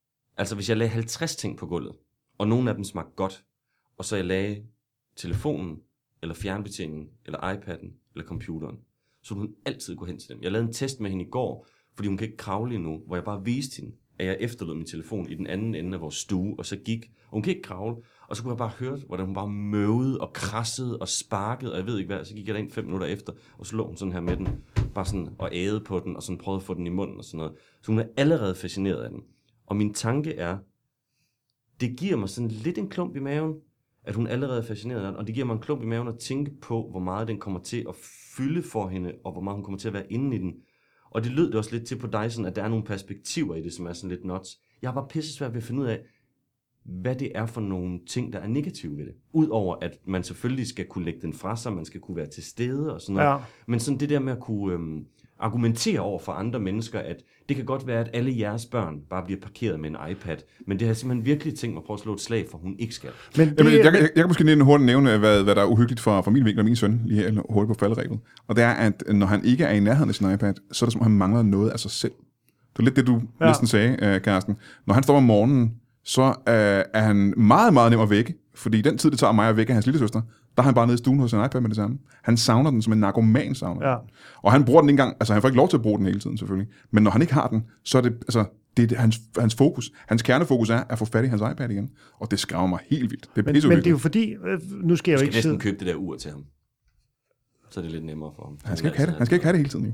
50 ting på gulvet, og nogle af dem smagte godt, og så jeg lagde telefonen, eller fjernbetjeningen, eller iPad'en, eller computeren, så hun altid gå hen til dem. Jeg lavede en test med hende i går, fordi hun kan ikke kravle endnu, hvor jeg bare viste hende, at jeg efterlod min telefon i den anden ende af vores stue, og så gik, og hun kan ikke kravle, og så kunne jeg bare høre, hvordan hun bare møvede og krassede og sparkede, og jeg ved ikke hvad, så gik jeg derind 5 minutter efter, og så lå hun sådan her med den, bare sådan og æde på den, og sådan prøvede at få den i munden og sådan noget. Så hun er allerede fascineret af den. Og min tanke er, det giver mig sådan lidt en klump i maven, at hun allerede er fascineret af den, og det giver mig en klump i maven at tænke på, hvor meget den kommer til at fylde for hende, og hvor meget hun kommer til at være inde i den. Og det lød det også lidt til på dig, sådan, at der er nogle perspektiver i det, som er sådan lidt nuts. Jeg har bare pisse svært ved at finde ud af, hvad det er for nogle ting, der er negative ved det. Udover at man selvfølgelig skal kunne lægge den fra sig, man skal kunne være til stede og sådan noget. Ja. Men sådan det der med at kunne argumentere over for andre mennesker, at det kan godt være, at alle jeres børn bare bliver parkeret med en iPad, men det har simpelthen virkelig tænkt mig at prøve at slå et slag for, hun ikke skal. Jeg kan måske lige hurtigt nævne, hvad der er uhyggeligt for min vinkel og min søn, lige her hurtigt på faldreglen. Og det er, at når han ikke er i nærheden af sin iPad, så er det som, han mangler noget af sig selv. Det er lidt det, du næsten sagde, Carsten. Når han står om morgenen, så er han meget, meget nem at vække, fordi den tid, det tager mig at vække hans lillesøster, der er han bare nede i stuen hos sin iPad med det samme. Han savner den, som en narkoman savner den. Og han bruger den ikke engang, altså han får ikke lov til at bruge den hele tiden selvfølgelig, men når han ikke har den, så er det, altså, det er hans fokus. Hans kernefokus er at få fat i hans iPad igen, og det skræmmer mig helt vildt. Det er men det er jo fordi, nu skal jeg jo ikke næsten købe det der ur til ham. Så er det lidt nemmere for ham. Han skal ikke have det hele tiden jo.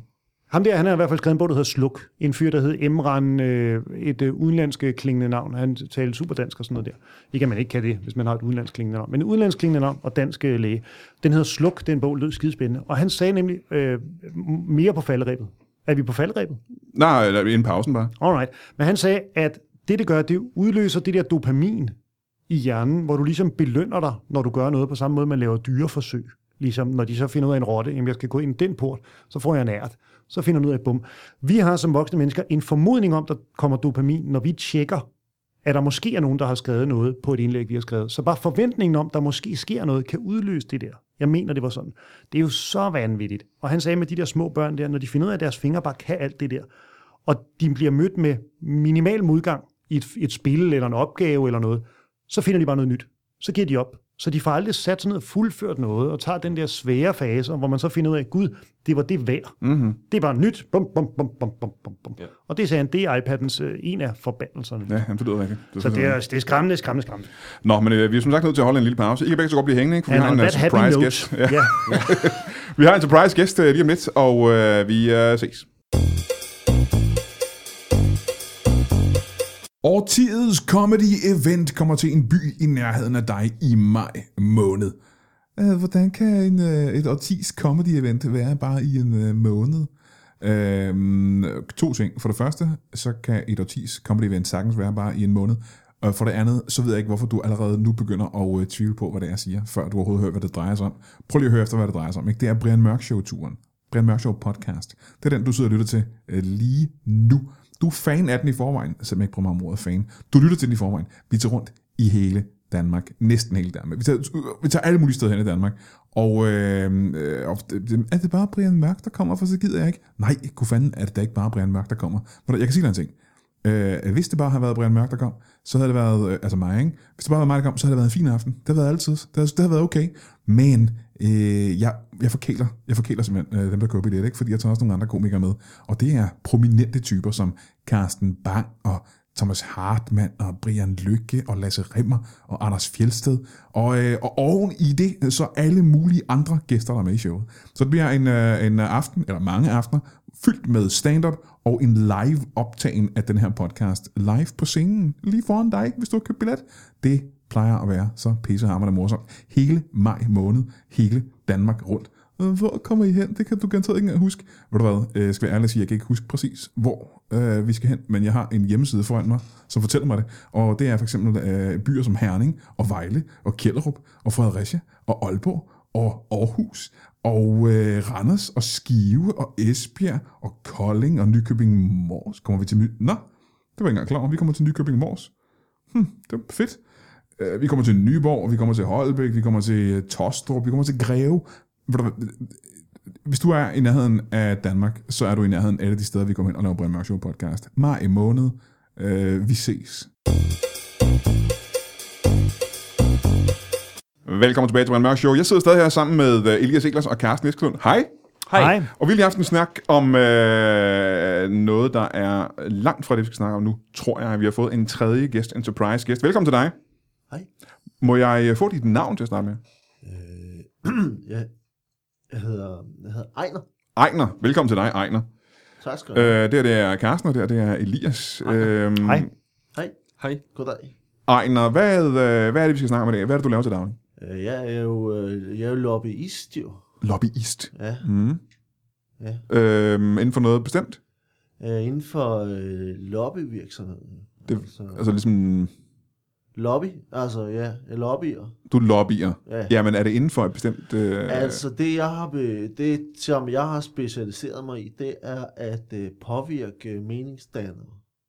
Ham der, han har i hvert fald skrevet en bog, der hedder Sluk. En fyr, der hed Emran, et udenlandsk klingende navn. Han talte superdansk og sådan noget der. Ikke at man ikke kan det, hvis man har et udenlandsk klingende navn. Men et udenlandsk klingende navn og dansk læge. Den hedder Sluk, den bog lød skidespændende. Og han sagde nemlig mere på falderebet. Er vi på falderebet? Nej, inden pausen bare. Alright. Men han sagde, at det gør, det udløser det der dopamin i hjernen, hvor du ligesom belønner dig, når du gør noget på samme måde, man laver dyreforsøg. Ligesom når de så finder ud af en rotte, jamen jeg skal gå ind i den port, så får jeg en ært. Så finder man ud af, bum. Vi har som voksne mennesker en formodning om, der kommer dopamin, når vi tjekker, at der måske er nogen, der har skrevet noget på et indlæg, vi har skrevet. Så bare forventningen om, der måske sker noget, kan udløse det der. Jeg mener, det var sådan. Det er jo så vanvittigt. Og han sagde med de der små børn der, når de finder ud af, at deres fingre bare kan alt det der, og de bliver mødt med minimal modgang i et spil eller en opgave eller noget, så finder de bare noget nyt. Så giver de op. Så de får aldrig sat sig ned og fuldført noget, og tager den der svære fase, hvor man så finder ud af, Gud, det var det værd. Mm-hmm. Det er bare nyt. Bum, bum, bum, bum, bum, bum, bum. Ja. Og det sagde han, det er iPadens en af forbandelserne. Ja, det lyder rigtigt. Så det er skræmmende. Nå, men vi er som sagt nødt til at holde en lille pause. I kan begge så godt blive hængende, ikke? For vi har en surprise gæst. Ja. Ja. Vi har en surprise gæst lige om lidt, og vi ses. Årtidets comedy-event kommer til en by i nærheden af dig i maj måned. Hvordan kan et årtids comedy-event være bare i en måned? 2 ting. For det første, så kan et årtids comedy-event sagtens være bare i en måned. Og for det andet, så ved jeg ikke, hvorfor du allerede nu begynder at tvivle på, hvad det er, jeg siger, før du overhovedet hører, hvad det drejer sig om. Prøv lige at høre efter, hvad det drejer sig om. Ikke? Det er Brian Mørk Show-turen. Brian Mørk Show podcast. Det er den, du sidder og lytter til lige nu. Du er fan af den i forvejen, selvom jeg ikke bruger mig om ordet fan. Du lytter til den i forvejen. Vi tager rundt i hele Danmark. Næsten hele Danmark. Vi tager alle mulige steder hen i Danmark. Og er det bare Brian Mørk, der kommer? For så gider jeg ikke. Nej, kunne fanden er det da ikke bare Brian Mørk, der kommer. Jeg kan sige dig en ting. Hvis det bare havde været Brian Mørk, der kom, så havde det været, altså mig, ikke? Hvis det bare var mig, der kom, så havde det været en fin aften. Det havde været altid. Det havde været okay. Men jeg forkæler simpelthen dem, der køber billet, ikke? Fordi jeg tager også nogle andre komikere med. Og det er prominente typer som Carsten Bang og Thomas Hartmann og Brian Lykke og Lasse Rimmer og Anders Fjeldsted. Og oven i det, så alle mulige andre gæster, der er med i showet. Så det bliver en aften, eller mange aftener, fyldt med stand-up og en live optagen af den her podcast. Live på scenen, lige foran dig, hvis du har købt billet. Det plejer at være så pissehammerende morsomt. Hele maj måned, hele Danmark rundt. Hvor kommer I hen? Det kan du garanteret ikke engang huske. Ved du hvad, skal jeg ærligt sige, jeg kan ikke huske præcis, hvor vi skal hen, men jeg har en hjemmeside foran mig, som fortæller mig det. Og det er for eksempel byer som Herning og Vejle og Kjellerup og Fredericia og Aalborg og Aarhus og Randers og Skive og Esbjerg og Kolding og Nykøbing Mors. Kommer vi til det var jeg ikke engang klar over. Vi kommer til Nykøbing Mors. Det var fedt. Vi kommer til Nyborg, vi kommer til Holbæk, vi kommer til Tostrup, vi kommer til Greve. Hvis du er i nærheden af Danmark, så er du i nærheden af alle de steder, vi kommer hen og laver Brian Mørk Show podcast. Maj måned. Vi ses. Velkommen tilbage til Brian Mørk Show. Jeg sidder stadig her sammen med Elias Eglers og Carsten Eskelund. Hej. Hej. Og vi har lige haft en snak om noget, der er langt fra det, vi skal snakke om nu, tror jeg. Vi har fået en tredje gæst, en surprise gæst. Velkommen til dig. Hej. Må jeg få dit navn til at starte med? Jeg hedder Ejner. Ejner. Velkommen til dig, Ejner. Tak skal du have. Det er Carsten, og det er Elias. Hej. Hej. Goddag. Ejner, hvad er det, vi skal snakke om i dag? Hvad er det, du laver til daglig? Jeg er jo lobbyist, jo. Lobbyist? Ja. Mm. Ja. Inden for noget bestemt? Inden for lobbyvirksomhed. Altså ligesom... Lobby? Altså, ja. Jeg lobbyer. Du lobbyer? Ja. Jamen, er det inden for et bestemt... Altså, det som jeg har specialiseret mig i, det er at påvirke meningsdannere.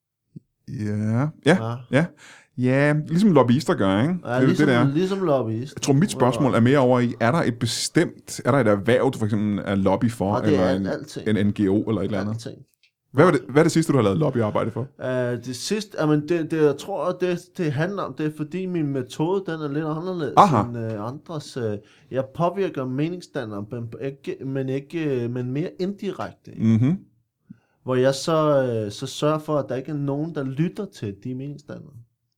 Ja, ligesom lobbyister gør, ikke? Ja, det ligesom, det der. Ligesom lobbyist. Jeg tror, mit spørgsmål er mere over i, er der et erhverv, du for eksempel er lobby for, eller en NGO eller et eller andet? Alting. Hvad er det sidste, du har lavet lobbyarbejde for? Det sidste, jeg tror, det handler om, det er fordi min metode, den er lidt anderledes end andres. Jeg påvirker meningsdannere, men mere indirekte. Mm-hmm. Hvor jeg så sørger for, at der ikke er nogen, der lytter til de meningsdannere.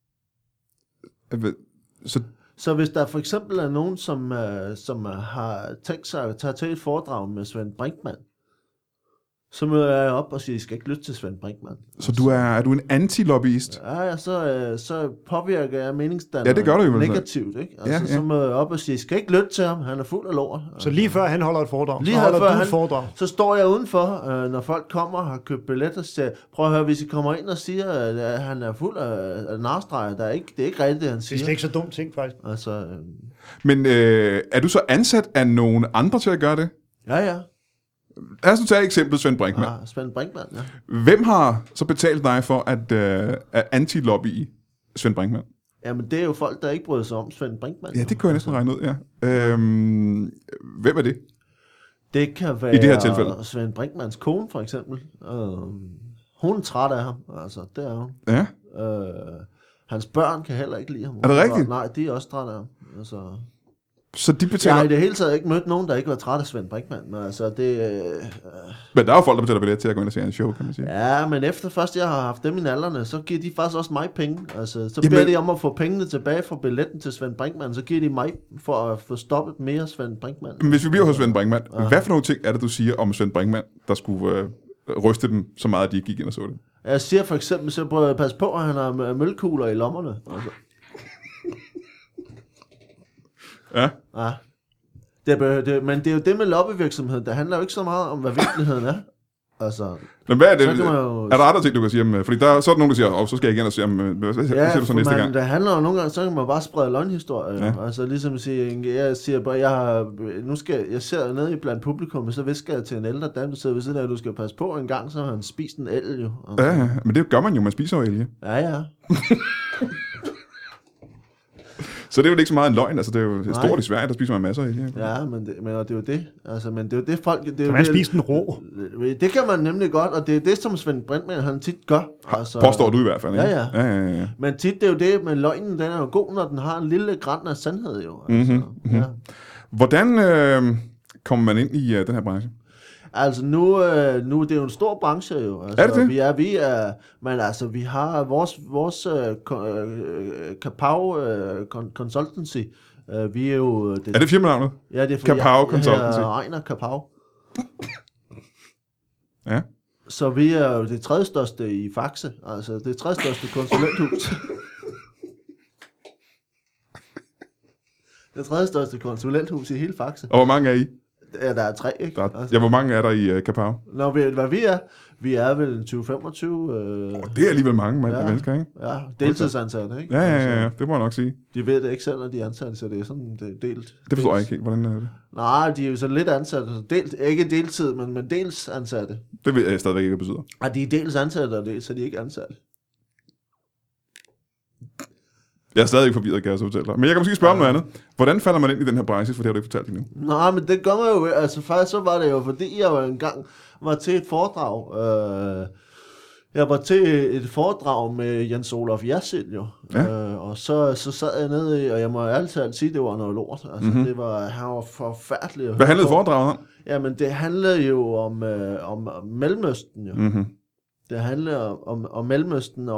Så hvis der for eksempel er nogen, som har tænkt sig at tage til et foredrag med Svend Brinkmann, Så møder jeg op og siger, I skal ikke lytte til Svend Brinkmann. Så er du en anti-lobbyist? Ja, så påvirker jeg meningsdanneren ja, det gør du jo negativt. Ikke? Altså, så møder jeg op og siger, I skal ikke lytte til ham, han er fuld af lort. Så lige før han holder et foredrag, så står jeg udenfor, når folk kommer og har købt billetter, så siger, prøv at høre, hvis I kommer ind og siger, at han er fuld af narstreger, det er ikke rigtigt, det han siger. Det er slet ikke så dumt ting, faktisk. Altså, Men er du så ansat af nogen andre til at gøre det? Ja. Lad os nu tage et eksempel, Svend Brinkmann. Ja, Svend Brinkmann, ja. Hvem har så betalt dig for at anti-lobby Svend Brinkmann? Jamen, det er jo folk, der ikke bryder sig om Svend Brinkmann. Ja, det kunne jeg næsten regne ud, ja. Hvem er det? Det kan være i det her tilfælde? Svend Brinkmanns kone, for eksempel. Hun er træt af ham, altså, det er hun. Ja. Hans børn kan heller ikke lide ham. Er det rigtigt? Nej, de er også træt af ham. Altså, så de betaler... Jeg har i det hele taget ikke mødt nogen, der ikke var træt af Svend Brinkmann. Men altså, Men der er jo folk, der betaler billet til at gå ind og se en show, kan man sige. Ja, men efter først jeg har haft dem i alderne, så giver de faktisk også mig penge. Altså, så beder de om at få pengene tilbage fra billetten til Svend Brinkmann, så giver de mig for at få stoppet mere Svend Brinkmann. Men hvis vi bliver hos Svend Brinkmann, hvad for nogle ting er det, du siger om Svend Brinkmann, der skulle ryste dem så meget, at de ikke gik ind og så det? Jeg siger for eksempel, så prøv at passe på, at han har mølkugler i lommerne. Altså. Ja. Ja. Men det er jo det med lobbyvirksomheden. Det handler jo ikke så meget om, hvad virkeligheden er. Altså, men hvad er det? Jo... Er der andre ting, du kan sige om? Fordi så er der nogen, der siger, så skal jeg igen og sige om, hvad siger du så næste gang? Det handler jo nogle gange, så kan man bare sprede løgnhistorier. Ja. Altså ligesom at sige, jeg siger bare, jeg ser nede i blandt publikum, så visker jeg til en ældre dame, der sidder ved siden af, at du skal passe på en gang, så har han spist en elg jo. Altså. Ja, men det gør man jo, man spiser jo elge. Ja. Så det er jo ikke så meget en løgn, altså det er jo stort i Sverige, der spiser man masser af elge. Ja, men det er jo det. Altså, men det er jo det folk... Kan man spise den rå? Det kan man nemlig godt, og det er det, som Svend Brinkmann han tit gør. Altså, påstår du i hvert fald, ikke? Ja. Men tit det er jo det, men løgnen den er jo god, når den har en lille græn af sandhed jo. Altså, ja. Hvordan kommer man ind i den her branche? Altså nu det er jo en stor branche jo. Altså, er det? Vi er, men altså vi har vores Kapau Consultancy. Vi er jo... Er det firmanavnet? Ja, det er Kapau Consultancy. Ejner Kapau. Ja. Så vi er jo det tredje største i Faxe. Altså det tredje største konsulenthus. Det tredje største konsulenthus i hele Faxe. Og hvor mange er I? Ja, der er 3, ikke? Ja, hvor mange er der i Kapau? Nå, hvad vi er vel 20-25... det er alligevel mange mennesker, ikke? Ja, deltidsansatte, ikke? Ja, det må jeg nok sige. De ved det ikke selv, når de er ansatte, så det er sådan det er delt. Det forstår jeg ikke helt, hvordan er det? Nej, de er jo så lidt ansatte, ikke deltid, men dels ansatte. Det ved jeg stadigvæk ikke, hvad det betyder. Ja, de er dels ansatte, og dels er de ikke ansatte. Jeg er stadig ikke forvirret, kan jeg så fortælle dig. Men jeg kan måske spørge om noget andet. Hvordan falder man ind i den her branche, for det har du ikke fortalt endnu? Nej, men det gør man jo. Altså faktisk så var det jo, fordi jeg jo engang var til et foredrag. Jeg var til et foredrag med Jens Olaf Jersild jo. Ja. Og så sad jeg nede i, og jeg må ærligt sige, det var noget lort. Altså han var forfærdelig. Hvad handlede foredraget om? Jamen det handlede jo om Mellemøsten jo. Mm-hmm. Det handlede om Mellemøsten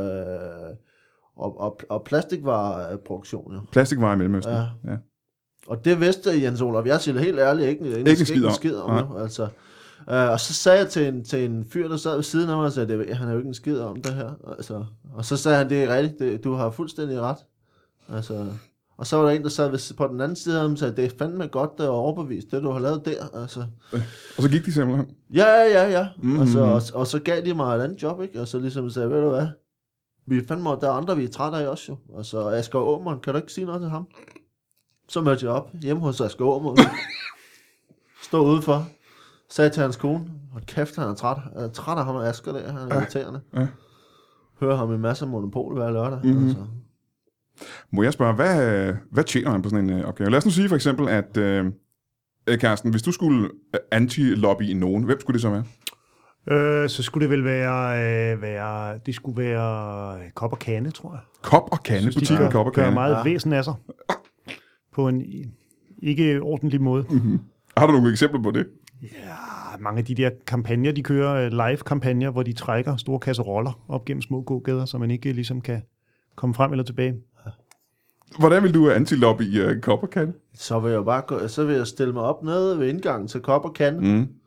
og plastikvareproduktion. Jo. Plastikvarer i Mellemøsten. Ja. Og det vidste Jens Olaf Jersild helt ærligt ikke skid om. Jo, altså. Og så sagde jeg til en fyr, der sad ved siden af mig, og sagde, han er jo ikke en skid om det her. Altså. Og så sagde han, det er rigtigt, du har fuldstændig ret. Altså. Og så var der en, der sad på den anden side af ham, og sagde, det er fandme godt at overbevise det, du har lavet der. Altså. Og så gik de simpelthen? Ja. Mm-hmm. Altså, og så gav de mig et andet job, ikke? Og så ligesom sagde, ved du hvad, vi er fandme, der er andre, vi er trætte af også jo. Altså, Asger Aumund, kan du ikke sige noget til ham? Så mødte jeg op hjemme hos Asger Aumund. Stod udenfor. Sagde til hans kone, hold kæft, han er træt. Jeg er træt af ham og Asger der, han er irriterende. Ja. Hører ham i masser af Monopol hver lørdag. Mm-hmm. Altså. Må jeg spørge, hvad tjener han på sådan en opgave? Lad os nu sige for eksempel, at Carsten, hvis du skulle anti-lobby i nogen, hvem skulle det så være? Så skulle det vel være det skulle være Kop og Kande, tror jeg. Kop og Kande, butikken Kop og Kande. Det meget væsen af sig. På en ikke ordentlig måde. Mm-hmm. Har du nogle eksempler på det? Ja, mange af de der kampagner, de kører live-kampagner, hvor de trækker store kasseroller op gennem små gågader, så man ikke ligesom kan komme frem eller tilbage. Hvordan vil du anti-lobby i Kop og Kande? Så vil jeg stille mig op nede ved indgangen til Kop og Kande.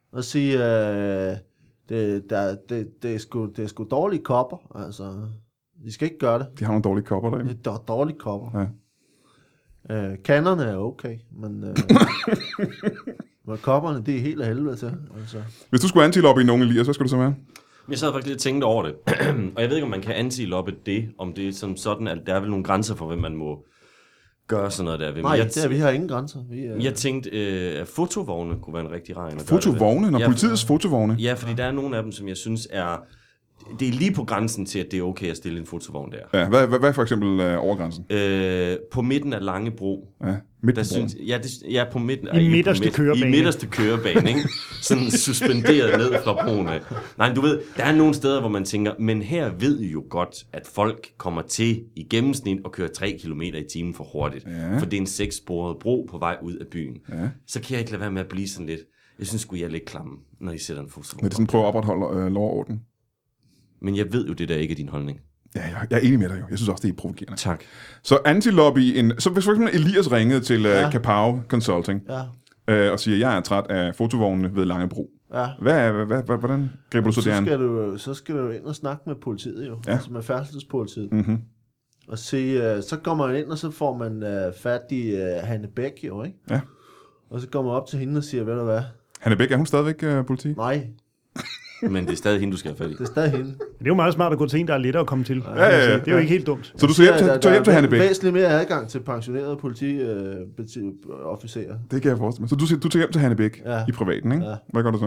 og sige, det er sgu dårlige kopper, altså, de skal ikke gøre det. De har nogle dårlige kopper derinde. Det er dårlige kopper. Ja. Kanderne er okay, men kopperne, det er helt af helvede til. Altså. Hvis du skulle anti-lobby i nogen, Elias, hvad skulle det så være? Jeg sad faktisk lidt og tænkte over det, og jeg ved ikke, om man kan anti-lobby det, om det er som sådan, at der er vel nogle grænser for, hvem man må gøre sådan noget der ved. Nej, vi har ingen grænser. Jeg tænkte, at fotovogne kunne være en rigtig rar. Fotovogne? Når politiets fotovogne? Ja, fordi der er nogle af dem, som jeg synes er... Det er lige på grænsen til, at det er okay at stille en fotovogn der. Ja, hvad er for eksempel over grænsen? På midten af Langebro. Ja, midt på på midten. I midterste kørebane. I midterste kørebane, ikke? Sådan suspenderet ned fra broen af. Nej, du ved, der er nogle steder, hvor man tænker, men her ved I jo godt, at folk kommer til i gennemsnit at køre 3 km i timen for hurtigt. Ja. For det er en 6-sporet bro på vej ud af byen. Ja. Så kan jeg ikke lade være med at blive sådan lidt... Jeg synes sgu, jeg er lidt klamme, når I sætter en fotovogn. Men det er sådan, prøver at opretholde lov og orden. Men jeg ved jo, det der ikke er din holdning. Ja, jeg er enig med dig jo. Jeg synes også, det er provokerende. Tak. Så anti-lobby, så hvis for eksempel Elias ringede til Kapau Consulting og siger, jeg er træt af fotovognene ved Langebro. Ja. Hvordan griber du så det an? Så skal du ind og snakke med politiet jo, altså med færdselspolitiet. Mm-hmm. Og se, så kommer man ind, og så får man fat i Hanne Bæk jo, ikke? Ja. Og så kommer man op til hende og siger, ved du hvad? Hanne Bæk, er hun stadigvæk politi? Nej. Men det er stadig hende, du skal have fat i. Det er stadig hende. Det er jo meget smart at gå til en, der er lettere at komme til. Ja. Det er jo ikke helt dumt. Så du tager hjem til Hanne Bæk? Der er væsentligt mere adgang til pensionerede politiofficerer. Det kan jeg forestille mig. Så du tager hjem til Hanne Bæk i privaten, ikke? Ja. Hvad gør du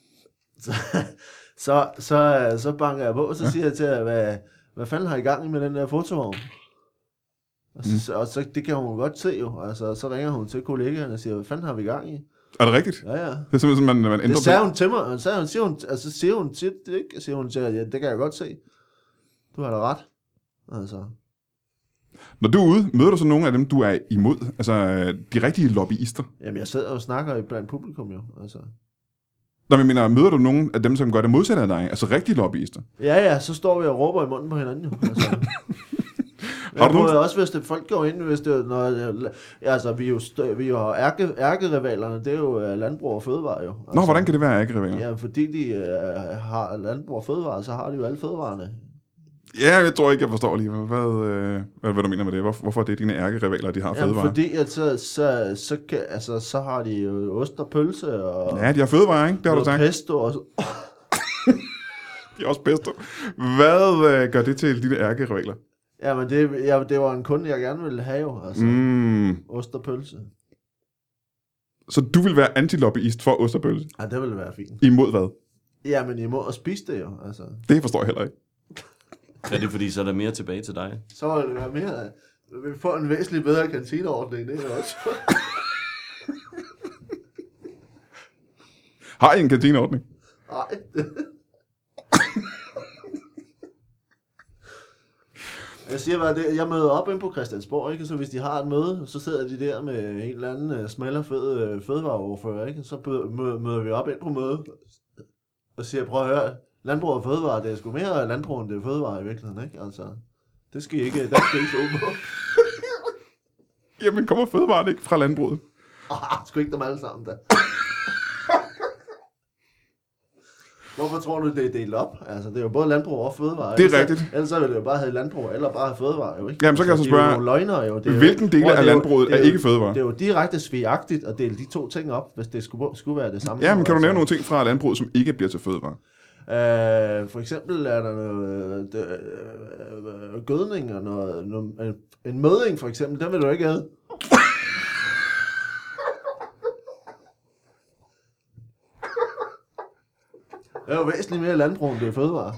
så? Så banker jeg på, og så siger jeg til jer, hvad fanden har I gang i med den der fotovogn? Og så det kan hun godt se jo. Altså, så ringer hun til kollegaerne og siger, hvad fanden har vi gang i? Er det rigtigt? Ja. Det er simpelthen, man ændrer det sagde hun til mig. Siger hun til det, ikke? Siger hun til, ja, det kan jeg godt se. Du har da ret. Altså. Når du er ude, møder du så nogle af dem, du er imod? Altså, de rigtige lobbyister? Jamen, jeg sidder og snakker blandt publikum jo. Altså. Nå, men mener, møder du nogle af dem, som gør det modsatte af dig? Altså rigtige lobbyister? Ja, så står vi og råber i munden på hinanden jo. Altså. Også hvis det folk går ind, hvis det altså vi er jo ærkerivalerne, det er jo Landbrug og Fødevare jo. Altså, nå, hvordan kan det være ærkerivaler? Ja, fordi de har Landbrug og Fødevare, så har de jo alle fødevarene. Ja, jeg tror ikke, jeg forstår lige, hvad du mener med det. Hvorfor er det dine ærkerivaler, de har fødevare? Fordi at så har de jo ost og pølse og... Ja, de har fødevare, ikke? Det har du sagt. Pesto og... De er også pesto. Hvad gør det til dine ærkerivaler? Jamen, det var en kunde, jeg gerne ville have jo. Altså, ost og pølse. Så du vil være antilobbyist for ost og pølse? Ja, det ville være fint. Imod hvad? Jamen, imod at spise det jo. Altså. Det forstår jeg heller ikke. Er det fordi, så er der mere tilbage til dig? Så vil det være mere... Vi får en væsentligt bedre kantineordning, det er også. Har I en kantineordning? Nej. Jeg siger bare det, jeg møder op inde på Christiansborg, ikke? Så hvis de har et møde, så sidder de der med en eller anden smaller fed fødevareoverfører, ikke? Så møder vi op ind på mødet og siger, prøv at høre, landbrug og fødevare, det er sgu mere landbrug, end det er fødevare i virkeligheden, ikke? Altså, det skal I ikke stå på. Jamen, kommer fødevaren ikke fra landbruget? Sgu ikke dem alle sammen, da. Hvorfor tror du, det er delt op? Altså, det er jo både landbrug og fødevare. Det er rigtigt. Ellers så ville det jo bare have landbrug, eller bare have fødevare, jo ikke? Jamen, så kan jeg så spørge, løgner, jo. hvilken del af landbruget er ikke fødevare? Det er jo direkte svigagtigt at dele de to ting op, hvis det skulle være det samme. Jamen, kan du nævne nogle ting fra landbruget, som ikke bliver til fødevare? For eksempel er der noget gødning og en møding, for eksempel. Den vil du ikke have. Det er jo væsentligt mere landbrug, end det er fødevare.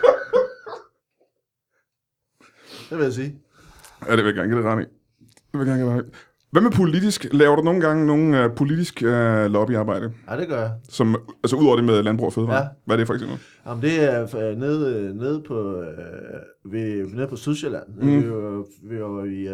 Det vil jeg sige. Ja, det vil jeg gerne give det ret i. Hvad med politisk? Laver du nogle gange politisk lobbyarbejde? Ja, det gør jeg. Som, altså ud over det med landbrug og fødevare? Ja. Hvad er det for eksempel? Jamen, det er nede på Sydsjælland. Vi var i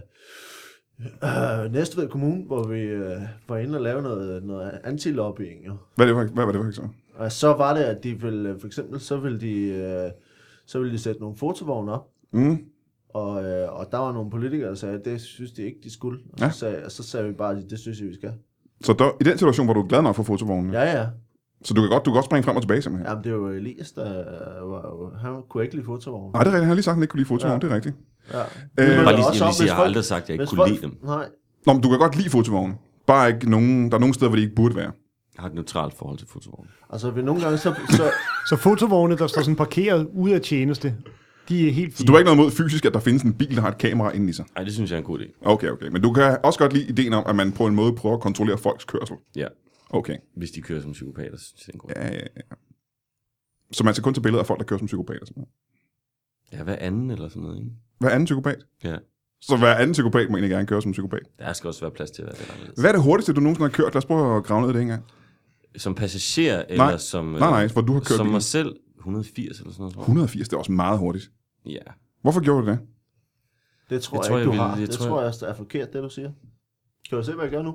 Næstved Kommune, hvor vi var inde og lave noget anti-lobbying. Jo. Hvad var det for eksempel? Og så var det, at de ville, for eksempel, så ville de sætte nogle fotovogne op. Og der var nogle politikere, der sagde, at det synes de ikke, de skulle. Og så sagde vi bare, at det synes vi skal. Så i den situation var du glad nok for fotovognen? Ja. Så du kan godt springe frem og tilbage, simpelthen? Jamen, det er jo Elias, han kunne ikke lide fotovogn. Nej, det er rigtigt. Han har lige sagt, at han ikke kunne lide fotovogn. Det er rigtigt. Ja. Jeg vil sige, jeg har aldrig sagt, at jeg ikke kunne lide dem. Nej. Nå, men du kan godt lide fotovogn. Bare ikke nogen... Der er nogle steder, hvor de ikke burde være. Jeg har et neutralt forhold til fotovogn. Altså, vi nogle gange Så fotovogne, der står sådan parkeret ude af tjeneste, de er helt fine. Så du har ikke noget mod fysisk, at der findes en bil, der har et kamera inde i sig? Nej, det synes jeg er en god idé. Okay. Men du kan også godt lide ideen om, at man på en måde prøver at kontrollere folks kørsel? Ja. Okay. Hvis de kører som psykopater, så synes jeg det er en god idé. Ja. Så man skal kun tage billeder af folk, der kører som psykopater? Ja, hver anden eller sådan noget, ikke? Hver anden psykopat? Ja. Så hver anden psykopat må egentlig gerne køre som psykopat? Der skal også være plads til at være lidt anderledes. Hvad er det hurtigste, du nogensinde har kørt? Lad os prøve at grave ned i det engang. Som passager, eller som... Nej, hvor du har kørt som bilen. mig selv, 180 eller sådan noget. 180, det er også meget hurtigt. Ja. Hvorfor gjorde du det? Det tror jeg ikke, du har. Det tror jeg er forkert, det du siger. Kan du se, hvad jeg gør nu?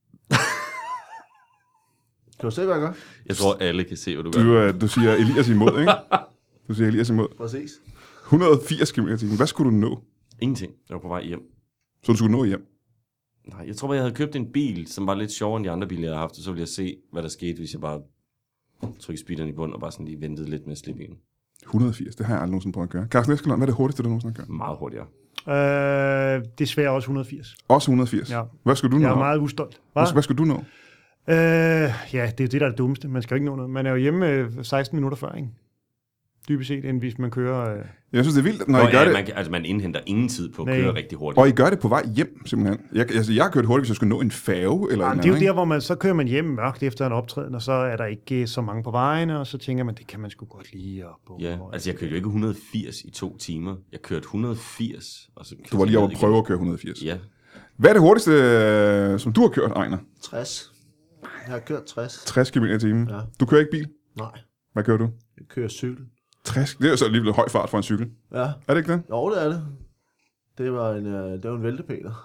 Kan du se, hvad jeg gør? Jeg tror, alle kan se, hvad du gør. Du siger Elias imod, ikke? Du siger Elias imod. Præcis. 180 km/t. Hvad skulle du nå? Ingenting. Jeg var på vej hjem. Så du skulle nå hjem? Nej, jeg tror bare, jeg havde købt en bil, som var lidt sjovere end de andre biler, jeg har haft, og så ville jeg se, hvad der skete, hvis jeg bare trykkede speederen i bund, og bare sådan lige ventede lidt med at slippe ind. 180, det har jeg aldrig nogensinde prøvet at gøre. Carsten Eskelund, hvad er det hurtigste, du nogensinde har gjort? Meget hurtigere. Desværre også 180. Også 180? Ja. Hvad skulle du nå? Jeg er meget ustolt. Hvad skulle du nå? Ja, det er det, der er det dummeste. Man skal jo ikke nå noget. Man er jo hjemme 16 minutter før, ikke? Dybest set, end hvis man kører... Jeg synes, det er vildt, når I gør det... Man indhenter ingen tid på at køre rigtig hurtigt. Og I gør det på vej hjem, simpelthen. Jeg har kørt hurtigt, hvis jeg skulle nå en færge eller det er jo der, hvor så kører man hjem mørkt efter en optræden, og så er der ikke så mange på vejene, og så tænker man, det kan man sgu godt lide. Ja, altså jeg kørte jo ikke 180 i 2 timer. Jeg kørte 180. Og så du var lige oppe og prøve at køre 180? Ja. Hvad er det hurtigste, som du har kørt, Ejner? 60. Jeg har kørt 60. 60 km/t. Ja. Du kører ikke bil? Nej. Hvad kører du? Jeg kører cykel. 60. Det er så alligevel høj fart for en cykel. Ja. Er det ikke det? Jo, det er det. Det var en væltepeter.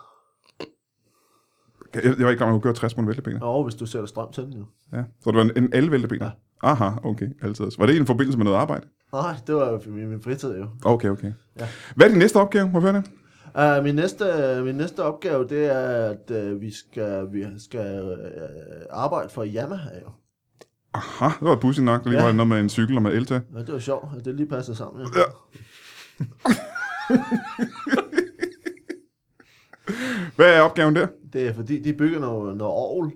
Jeg var ikke klar, at man kunne køre 60 på en væltepeter. Jo, hvis du sætter strøm til den jo. Ja. Så det var en el-væltepeter? Ja. Aha, okay. Altid. Var det i en forbindelse med noget arbejde? Nej, det var jo min fritid jo. Okay. Ja. Hvad er din næste opgave? Hvorfor er det? Min næste opgave, det er, at vi skal arbejde for Yamaha jo. Aha, det var pudsigt nok. Det lige var noget med en cykel og med el til. Ja, det var sjovt, at det lige passede sammen. Jo. Ja. Hvad er opgaven der? Det er fordi, de bygger noget orgel.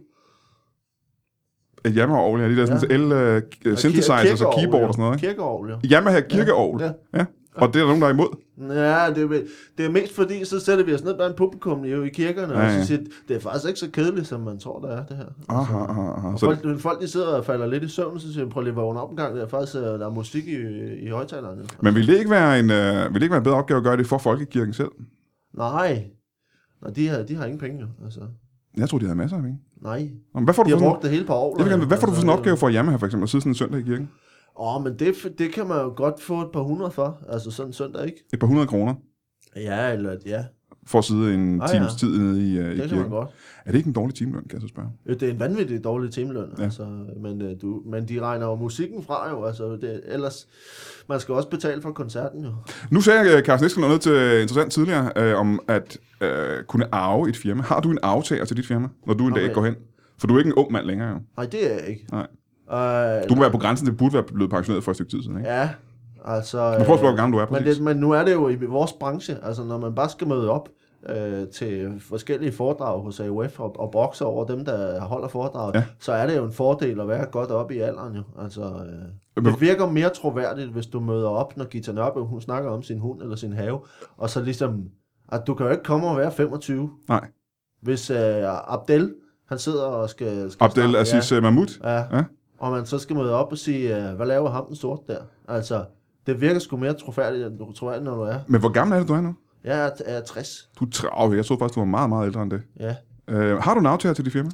Et Yamaha-orgel, ja. De der sådan synthesizers og keyboard og sådan noget, ikke? Kirkeorgel, jo. Yamaha kirkeorgel? Ja. Og det er der nogen, der er imod? Ja, det er mest fordi, så sætter vi os ned blandt publikum i kirkerne, og så siger, det er faktisk ikke så kedeligt, som man tror, det er, det her. Aha. Folk de sidder og falder lidt i søvn, så siger prøv lige at vågne op en gang, der er faktisk der er musik i højtalerne. Men vil det ikke være en bedre opgave at gøre det for folkekirken selv? Nej, de har ingen penge jo. Altså. Jeg tror, de har masser af penge. Nej, men hvad får de har brugt det hele på år. Hvad får du for sådan en opgave for Yamaha, for eksempel, at sidde sådan en søndag i kirken? Men det kan man jo godt få et par 100 for, altså sådan en søndag, ikke? Et par 100 kroner? Ja, eller ja. For at sidde en times tid nede i kirken? Det kan man godt. Er det ikke en dårlig timeløn, kan jeg så spørge? Det er en vanvittig dårlig timeløn, ja. Altså, men de regner jo musikken fra jo, altså ellers, man skal også betale for koncerten jo. Nu sagde jeg, Carsten Eskelund, noget til interessant tidligere, om at kunne arve et firma. Har du en arvtager til dit firma, når du en dag går hen? For du er ikke en ung mand længere jo. Nej, det er jeg ikke. Nej. Du må være på grænsen, det burde være blevet pensioneret for et stykke tid siden, ikke? Ja, altså... Men prøv at spørge, hvor gammel du er, præcis. Men nu er det jo i vores branche, altså når man bare skal møde op til forskellige foredrag hos AUF og bokse over dem, der holder foredraget, så er det jo en fordel at være godt oppe i alderen jo. Altså, det virker mere troværdigt, hvis du møder op, når Gita Nørby, hun snakker om sin hund eller sin have, og så ligesom, at du kan jo ikke komme og være 25. Nej. Hvis Abdel, han sidder og skal Abdel Aziz Mahmoud? Ja. Og man så skal møde op og sige, hvad laver ham den sort der? Altså, det virker sgu mere troværdigt, når du er. Men hvor gammel er det, du er nu? Jeg er 60. Du er 30. Jeg troede faktisk, du var meget, meget ældre end det. Ja. Har du en aftager til dit firma?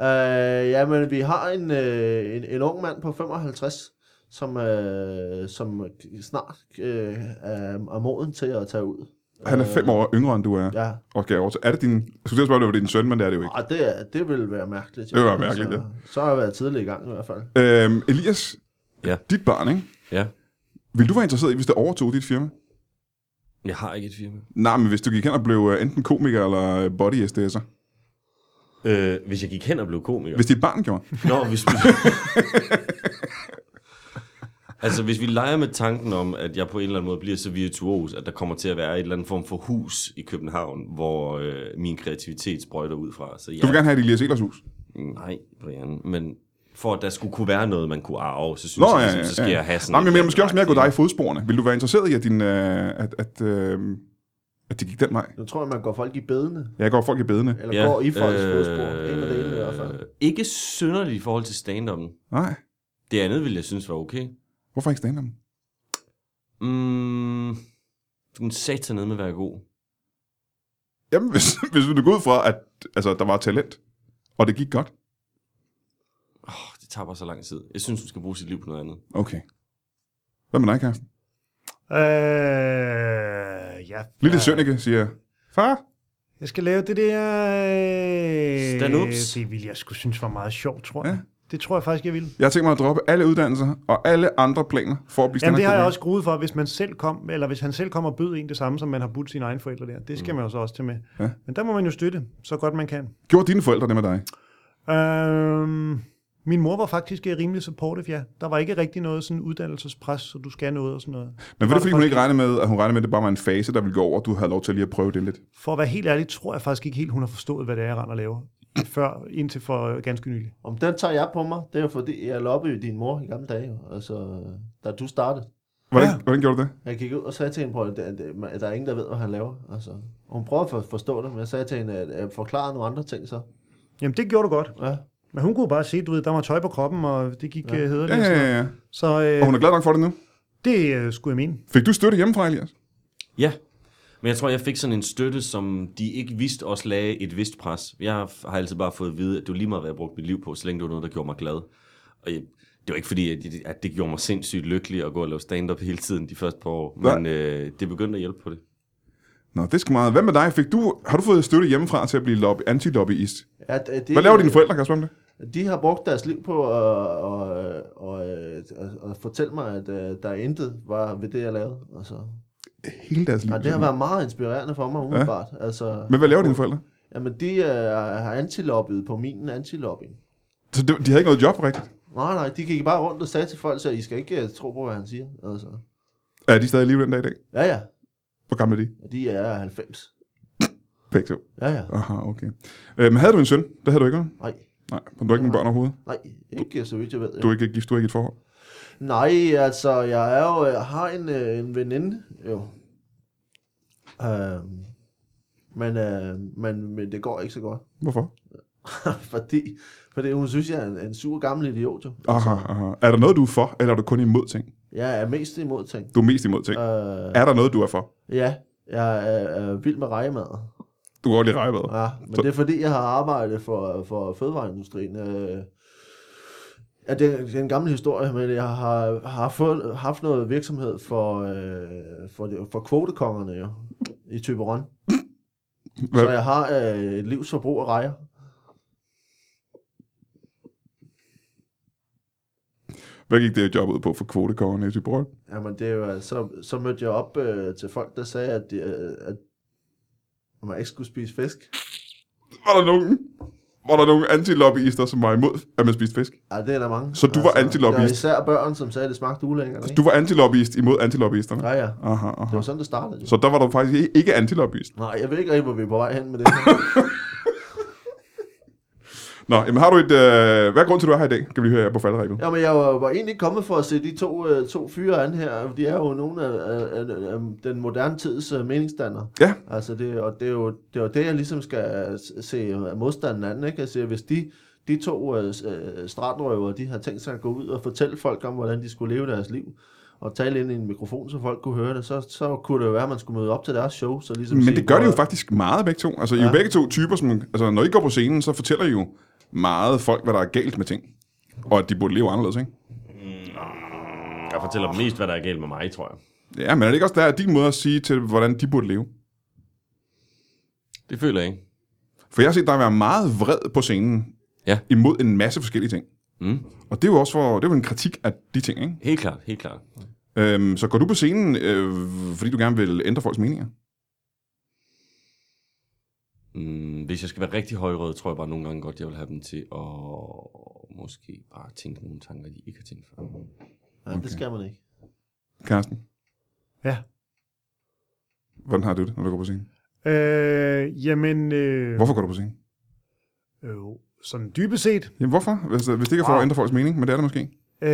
Men vi har en ung mand på 55, som snart er moden til at tage ud. Han er 5 år yngre, end du er. Ja. Okay, er det din... Jeg skulle spørge, om det er din søn, men det er det jo ikke. Det vil være mærkeligt. Det vil være mærkeligt, ja. Så har jeg været tidlig i gang i hvert fald. Elias, dit barn, ikke? Ja. Vil du være interesseret i, hvis det overtog dit firma? Jeg har ikke et firma. Nej, men hvis du gik hen og blev enten komiker eller body SDS'er? Hvis jeg gik hen og blev komiker. Hvis dit barn gjorde. Nå, altså, hvis vi leger med tanken om, at jeg på en eller anden måde bliver så virtuos, at der kommer til at være et eller andet form for hus i København, hvor min kreativitet sprøjter ud fra. Så Du vil gerne have et Elias Ehlers hus? Nej, Brian, men for at der skulle kunne være noget, man kunne arve, så synes jeg, så skal jeg have sådan... Nej, men jeg mener måske også mere at gå dig i fodsporene. Vil du være interesseret i, at de gik den vej? Nu tror jeg, man går folk i bedene. Jeg går folk i bedene. Eller går i folks fodspor. En af delene i hvert fald. Ikke synderligt i forhold til stand-up'en. Nej. Det andet ville jeg synes var okay. Hvorfor ikke stand-up'en? Skulle satan ned med at være god. Jamen, hvis du går ud fra, at altså, der var talent, og det gik godt. Det tager bare så lang tid. Jeg synes, du skal bruge sit liv på noget andet. Okay. Hvad med dig, Carsten? Ja. Lille Sønneke siger, far? Jeg skal lave det der... Stand-ups. Det ville jeg sgu synes var meget sjovt, tror jeg. Ja. Det tror jeg faktisk, jeg ville. Jeg har tænkt mig at droppe alle uddannelser og alle andre planer for at blive Jamen, det har jeg stand-up-komiker. også gruet for, hvis man selv kom, eller hvis han selv kom og bød en det samme, som man har budt sine egne forældre der. Det skal man jo så også til med. Ja. Men der må man jo støtte, så godt man kan. Gjorde dine forældre det med dig? Min mor var faktisk rimelig supportive, ja. Der var ikke rigtig noget sådan uddannelsespres, så du skal noget og sådan noget. Men var det fordi, hun ikke regnede med, at at det bare var en fase, der ville gå over, og du havde lov til lige at prøve det lidt? For at være helt ærlig, tror jeg faktisk ikke helt, hun har forstået, hvad det er, jeg render og laver. Indtil for ganske nylig. Om den tager jeg på mig, det er jo fordi, jeg loppede din mor i gamle dage, altså, da du startede. Hvordan gjorde du det? Jeg gik ud og sagde til hende, at der er ingen, der ved, hvad han laver. Altså, hun prøver at forstå det, men jeg sagde til hende, at jeg forklarer nogle andre ting så. Jamen, det gjorde du godt. Ja. Men hun kunne bare se, du ved, der var tøj på kroppen, og det gik hæderligt. Ja. Så, Og hun er glad nok for det nu? Det skulle jeg mene. Fik du støtte hjemmefra, Elias? Ja, men jeg tror, jeg fik sådan en støtte, som de ikke vidste også lagde et vist pres. Jeg har altid bare fået at vide, at det var lige meget, hvad jeg brugte mit liv på, så længe det var noget, der gjorde mig glad. Og det var ikke fordi, at det gjorde mig sindssygt lykkelig at gå og lave stand-up hele tiden de første par år, men det begyndte at hjælpe på det. Nå, det skal meget. Hvad med dig? Har du fået støtte hjemmefra til at blive anti-lobbyist? Ja, Hvad laver dine forældre, kan jeg spørge om det? De har brugt deres liv på at fortælle mig, at der intet var ved det, jeg lavede. Altså. Hele deres liv? Ja, det har været meget inspirerende for mig, umiddelbart. Ja. Altså, men hvad laver dine forældre? Jamen, de har antilobbyet på min antilobbying. Så de havde ikke noget job, rigtigt? Nej, de gik bare rundt og sagde til folk, så I skal ikke tro på, hvad han siger. Altså. Er de stadig i live den dag i dag? Ja. Hvor gamle er de? De er 90. Begge to? Ja. Aha, okay. Men havde du en søn? Det havde du ikke? Nej. Nej, men du har ikke nogen børn overhovedet? Nej, ikke så vidt jeg ved. Du er ikke gift, du er ikke i et forhold? Nej, altså, jeg har en veninde, jo. Men det går ikke så godt. Hvorfor? fordi hun synes, jeg er en super gammel idiot, jo. Aha. Er der noget, du er for, eller er du kun imod ting? Jeg er mest imod ting. Du er mest imod ting. Er der noget, du er for? Ja, jeg er vild med rejemad. Du går lige rejemad? Ja, men det er fordi, jeg har arbejdet for fødevareindustrien. Ja, det er en gammel historie, men jeg har haft noget virksomhed for kvotekongerne jo, i Thyborøn. Så jeg har et livsforbrug af rejer. Hvad gik det job ud på for kvotekongerne i Thyborøn? Jamen, det er jo, så mødte jeg op til folk, der sagde, at man ikke skulle spise fisk. Var der nogen antilobbyister, som var imod, at man spiste fisk? Ja, det er der mange. Så du var antilobbyist? Der især børn, som sagde, at det smagte ulækkert. Altså, du var antilobbyist imod antilobbyisterne? Ja. Aha. Det var sådan, det startede. Så der var du faktisk ikke antilobbyist? Nej, jeg ved ikke rigtig, hvor vi er på vej hen med det. Nå, jamen har du hvad er grund til, du er her i dag? Kan vi høre her på falderæbet? Jamen, jeg var egentlig kommet for at se de to fyre an her. De er jo nogle af den moderne tids meningsdannere. Ja. Altså, det er jo det, jeg ligesom skal se modstanden anden, ikke? Altså, hvis de to stratrøver, de har tænkt sig at gå ud og fortælle folk om, hvordan de skulle leve deres liv, og tale ind i en mikrofon, så folk kunne høre det, så kunne det jo være, at man skulle møde op til deres show. Så ligesom men det gør de jo faktisk meget, begge to. Altså, I er jo begge to typer, som... Altså, når I går på scenen, så fortæller I jo meget folk, hvad der er galt med ting. Og at de burde leve anderledes, ikke? Jeg fortæller dem mest, hvad der er galt med mig, tror jeg. Ja, men er det ikke også der din måde at sige til, hvordan de burde leve? Det føler jeg ikke. For jeg har set dig være meget vred på scenen, imod en masse forskellige ting. Mm. Og det er jo også det er jo en kritik af de ting, ikke? Helt klart. Så går du på scenen, fordi du gerne vil ændre folks meninger? Hvis jeg skal være rigtig højrød, tror jeg bare nogle gange godt, jeg vil have dem til at måske bare tænke nogle tanker, de ikke har tænkt før. Ja, det skal man ikke. Carsten? Ja. Hvordan har du det, når du går på scenen? Jamen... Hvorfor går du på scenen? Sådan dybest set. Jamen hvorfor? Hvis det ikke er for at ændre folks mening, men det er det måske.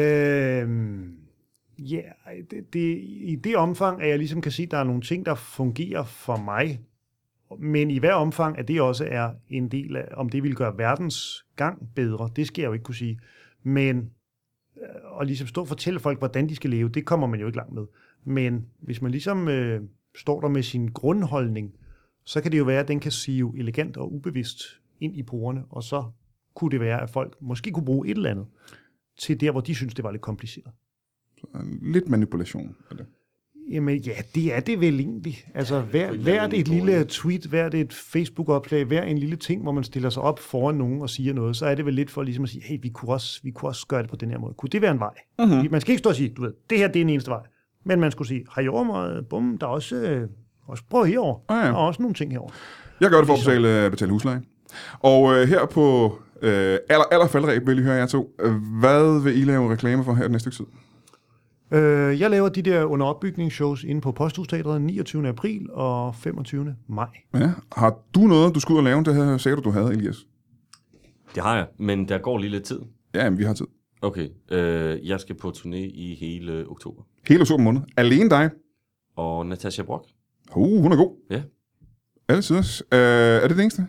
I det omfang, at jeg ligesom kan sige, at der er nogle ting, der fungerer for mig, men i hver omfang, at det også er en del af, om det vil gøre verdens gang bedre, det skal jeg jo ikke kunne sige. Men at ligesom stå og fortælle folk, hvordan de skal leve, det kommer man jo ikke langt med. Men hvis man ligesom står der med sin grundholdning, så kan det jo være, at den kan sive elegant og ubevidst ind i porerne, og så kunne det være, at folk måske kunne bruge et eller andet til der, hvor de synes, det var lidt kompliceret. Lidt manipulation af det. Jamen ja, det er det vel egentlig. Altså hvert et lille tweet, hvert et Facebook-opslag, hver en lille ting, hvor man stiller sig op foran nogen og siger noget, så er det vel lidt for ligesom at sige, hey, vi kunne også gøre det på den her måde. Kunne det være en vej? Mm-hmm. Man skal ikke stå og sige, du ved, det her det er den eneste vej. Men man skulle sige, har I overvejet, bum, der er også prøv herovre. Der er også nogle ting herovre. Jeg gør det for at betale husleje. Og her på aller faldreb vil I høre jer to. Hvad vil I lave reklame for her næste stykke tid? Jeg laver de der under opbygningsshows inde på Posthusteatret 29. april og 25. maj. Ja. Har du noget, du skal ud og lave? Det her sagde du havde, Elias. Det har jeg, men der går lige lidt tid. Ja, men vi har tid. Okay, jeg skal på turné i hele oktober. Hele oktober måned? Alene dig? Og Natasha Brock. Hun er god. Ja. Alle sider. Er det eneste?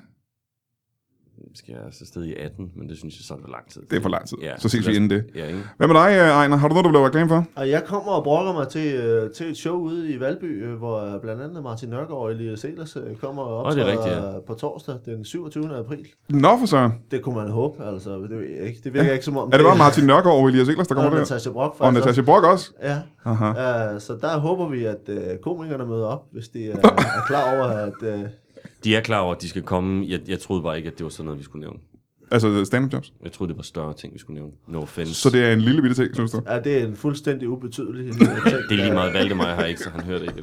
Skal jeg så sted i 18, men det synes jeg så er for lang tid. Det er for lang tid. Ja, så ses vi inden det. Ja, ikke? Hvad med dig, Ejner? Har du noget, du vil lave reklame for? Jeg kommer og brokker mig til et show ude i Valby, hvor blandt andet Martin Nørgaard og Elias Ehlers kommer og optræder på torsdag den 27. april. Nå for så. Det kunne man håbe, altså. Det ved jeg ikke. Det virker ikke som om... Er det bare Martin Nørgaard og Elias Ehlers, der kommer der? Og Natasha Brock faktisk. Og Natasha Brock også? Ja. Aha. Så der håber vi, at komikerne møder op, hvis de er klar over, at... De er klar over, at de skal komme. Jeg troede bare ikke, at det var sådan noget, vi skulle nævne. Altså stand-up jobs? Jeg troede, det var større ting, vi skulle nævne. No offense. Så det er en lille bitte ting, synes du? Ja, det er en fuldstændig ubetydelig ting. Det er lige meget Valdemar har ikke, så han hører det ikke.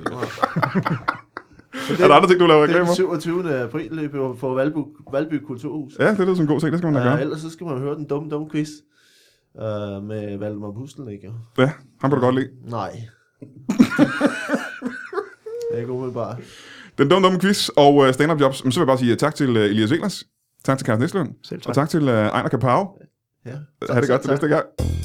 Er der andre ting, du laver reklame for? Den 27. april på Valby Kulturhus. Ja, det lyder som en god ting, det skal man da gøre. Ellers så skal man høre den dumme quiz med Valdemar Pustelnik. Ja, han må du godt lide. Nej. Det er ikke umiddelbart. Den dumme quiz og stand-up jobs. Så vil jeg bare sige tak til Elias Ehlers. Tak til Carsten Eslund. Og tak til Ejner Kapau. Ja. Ha' det godt til næste gang.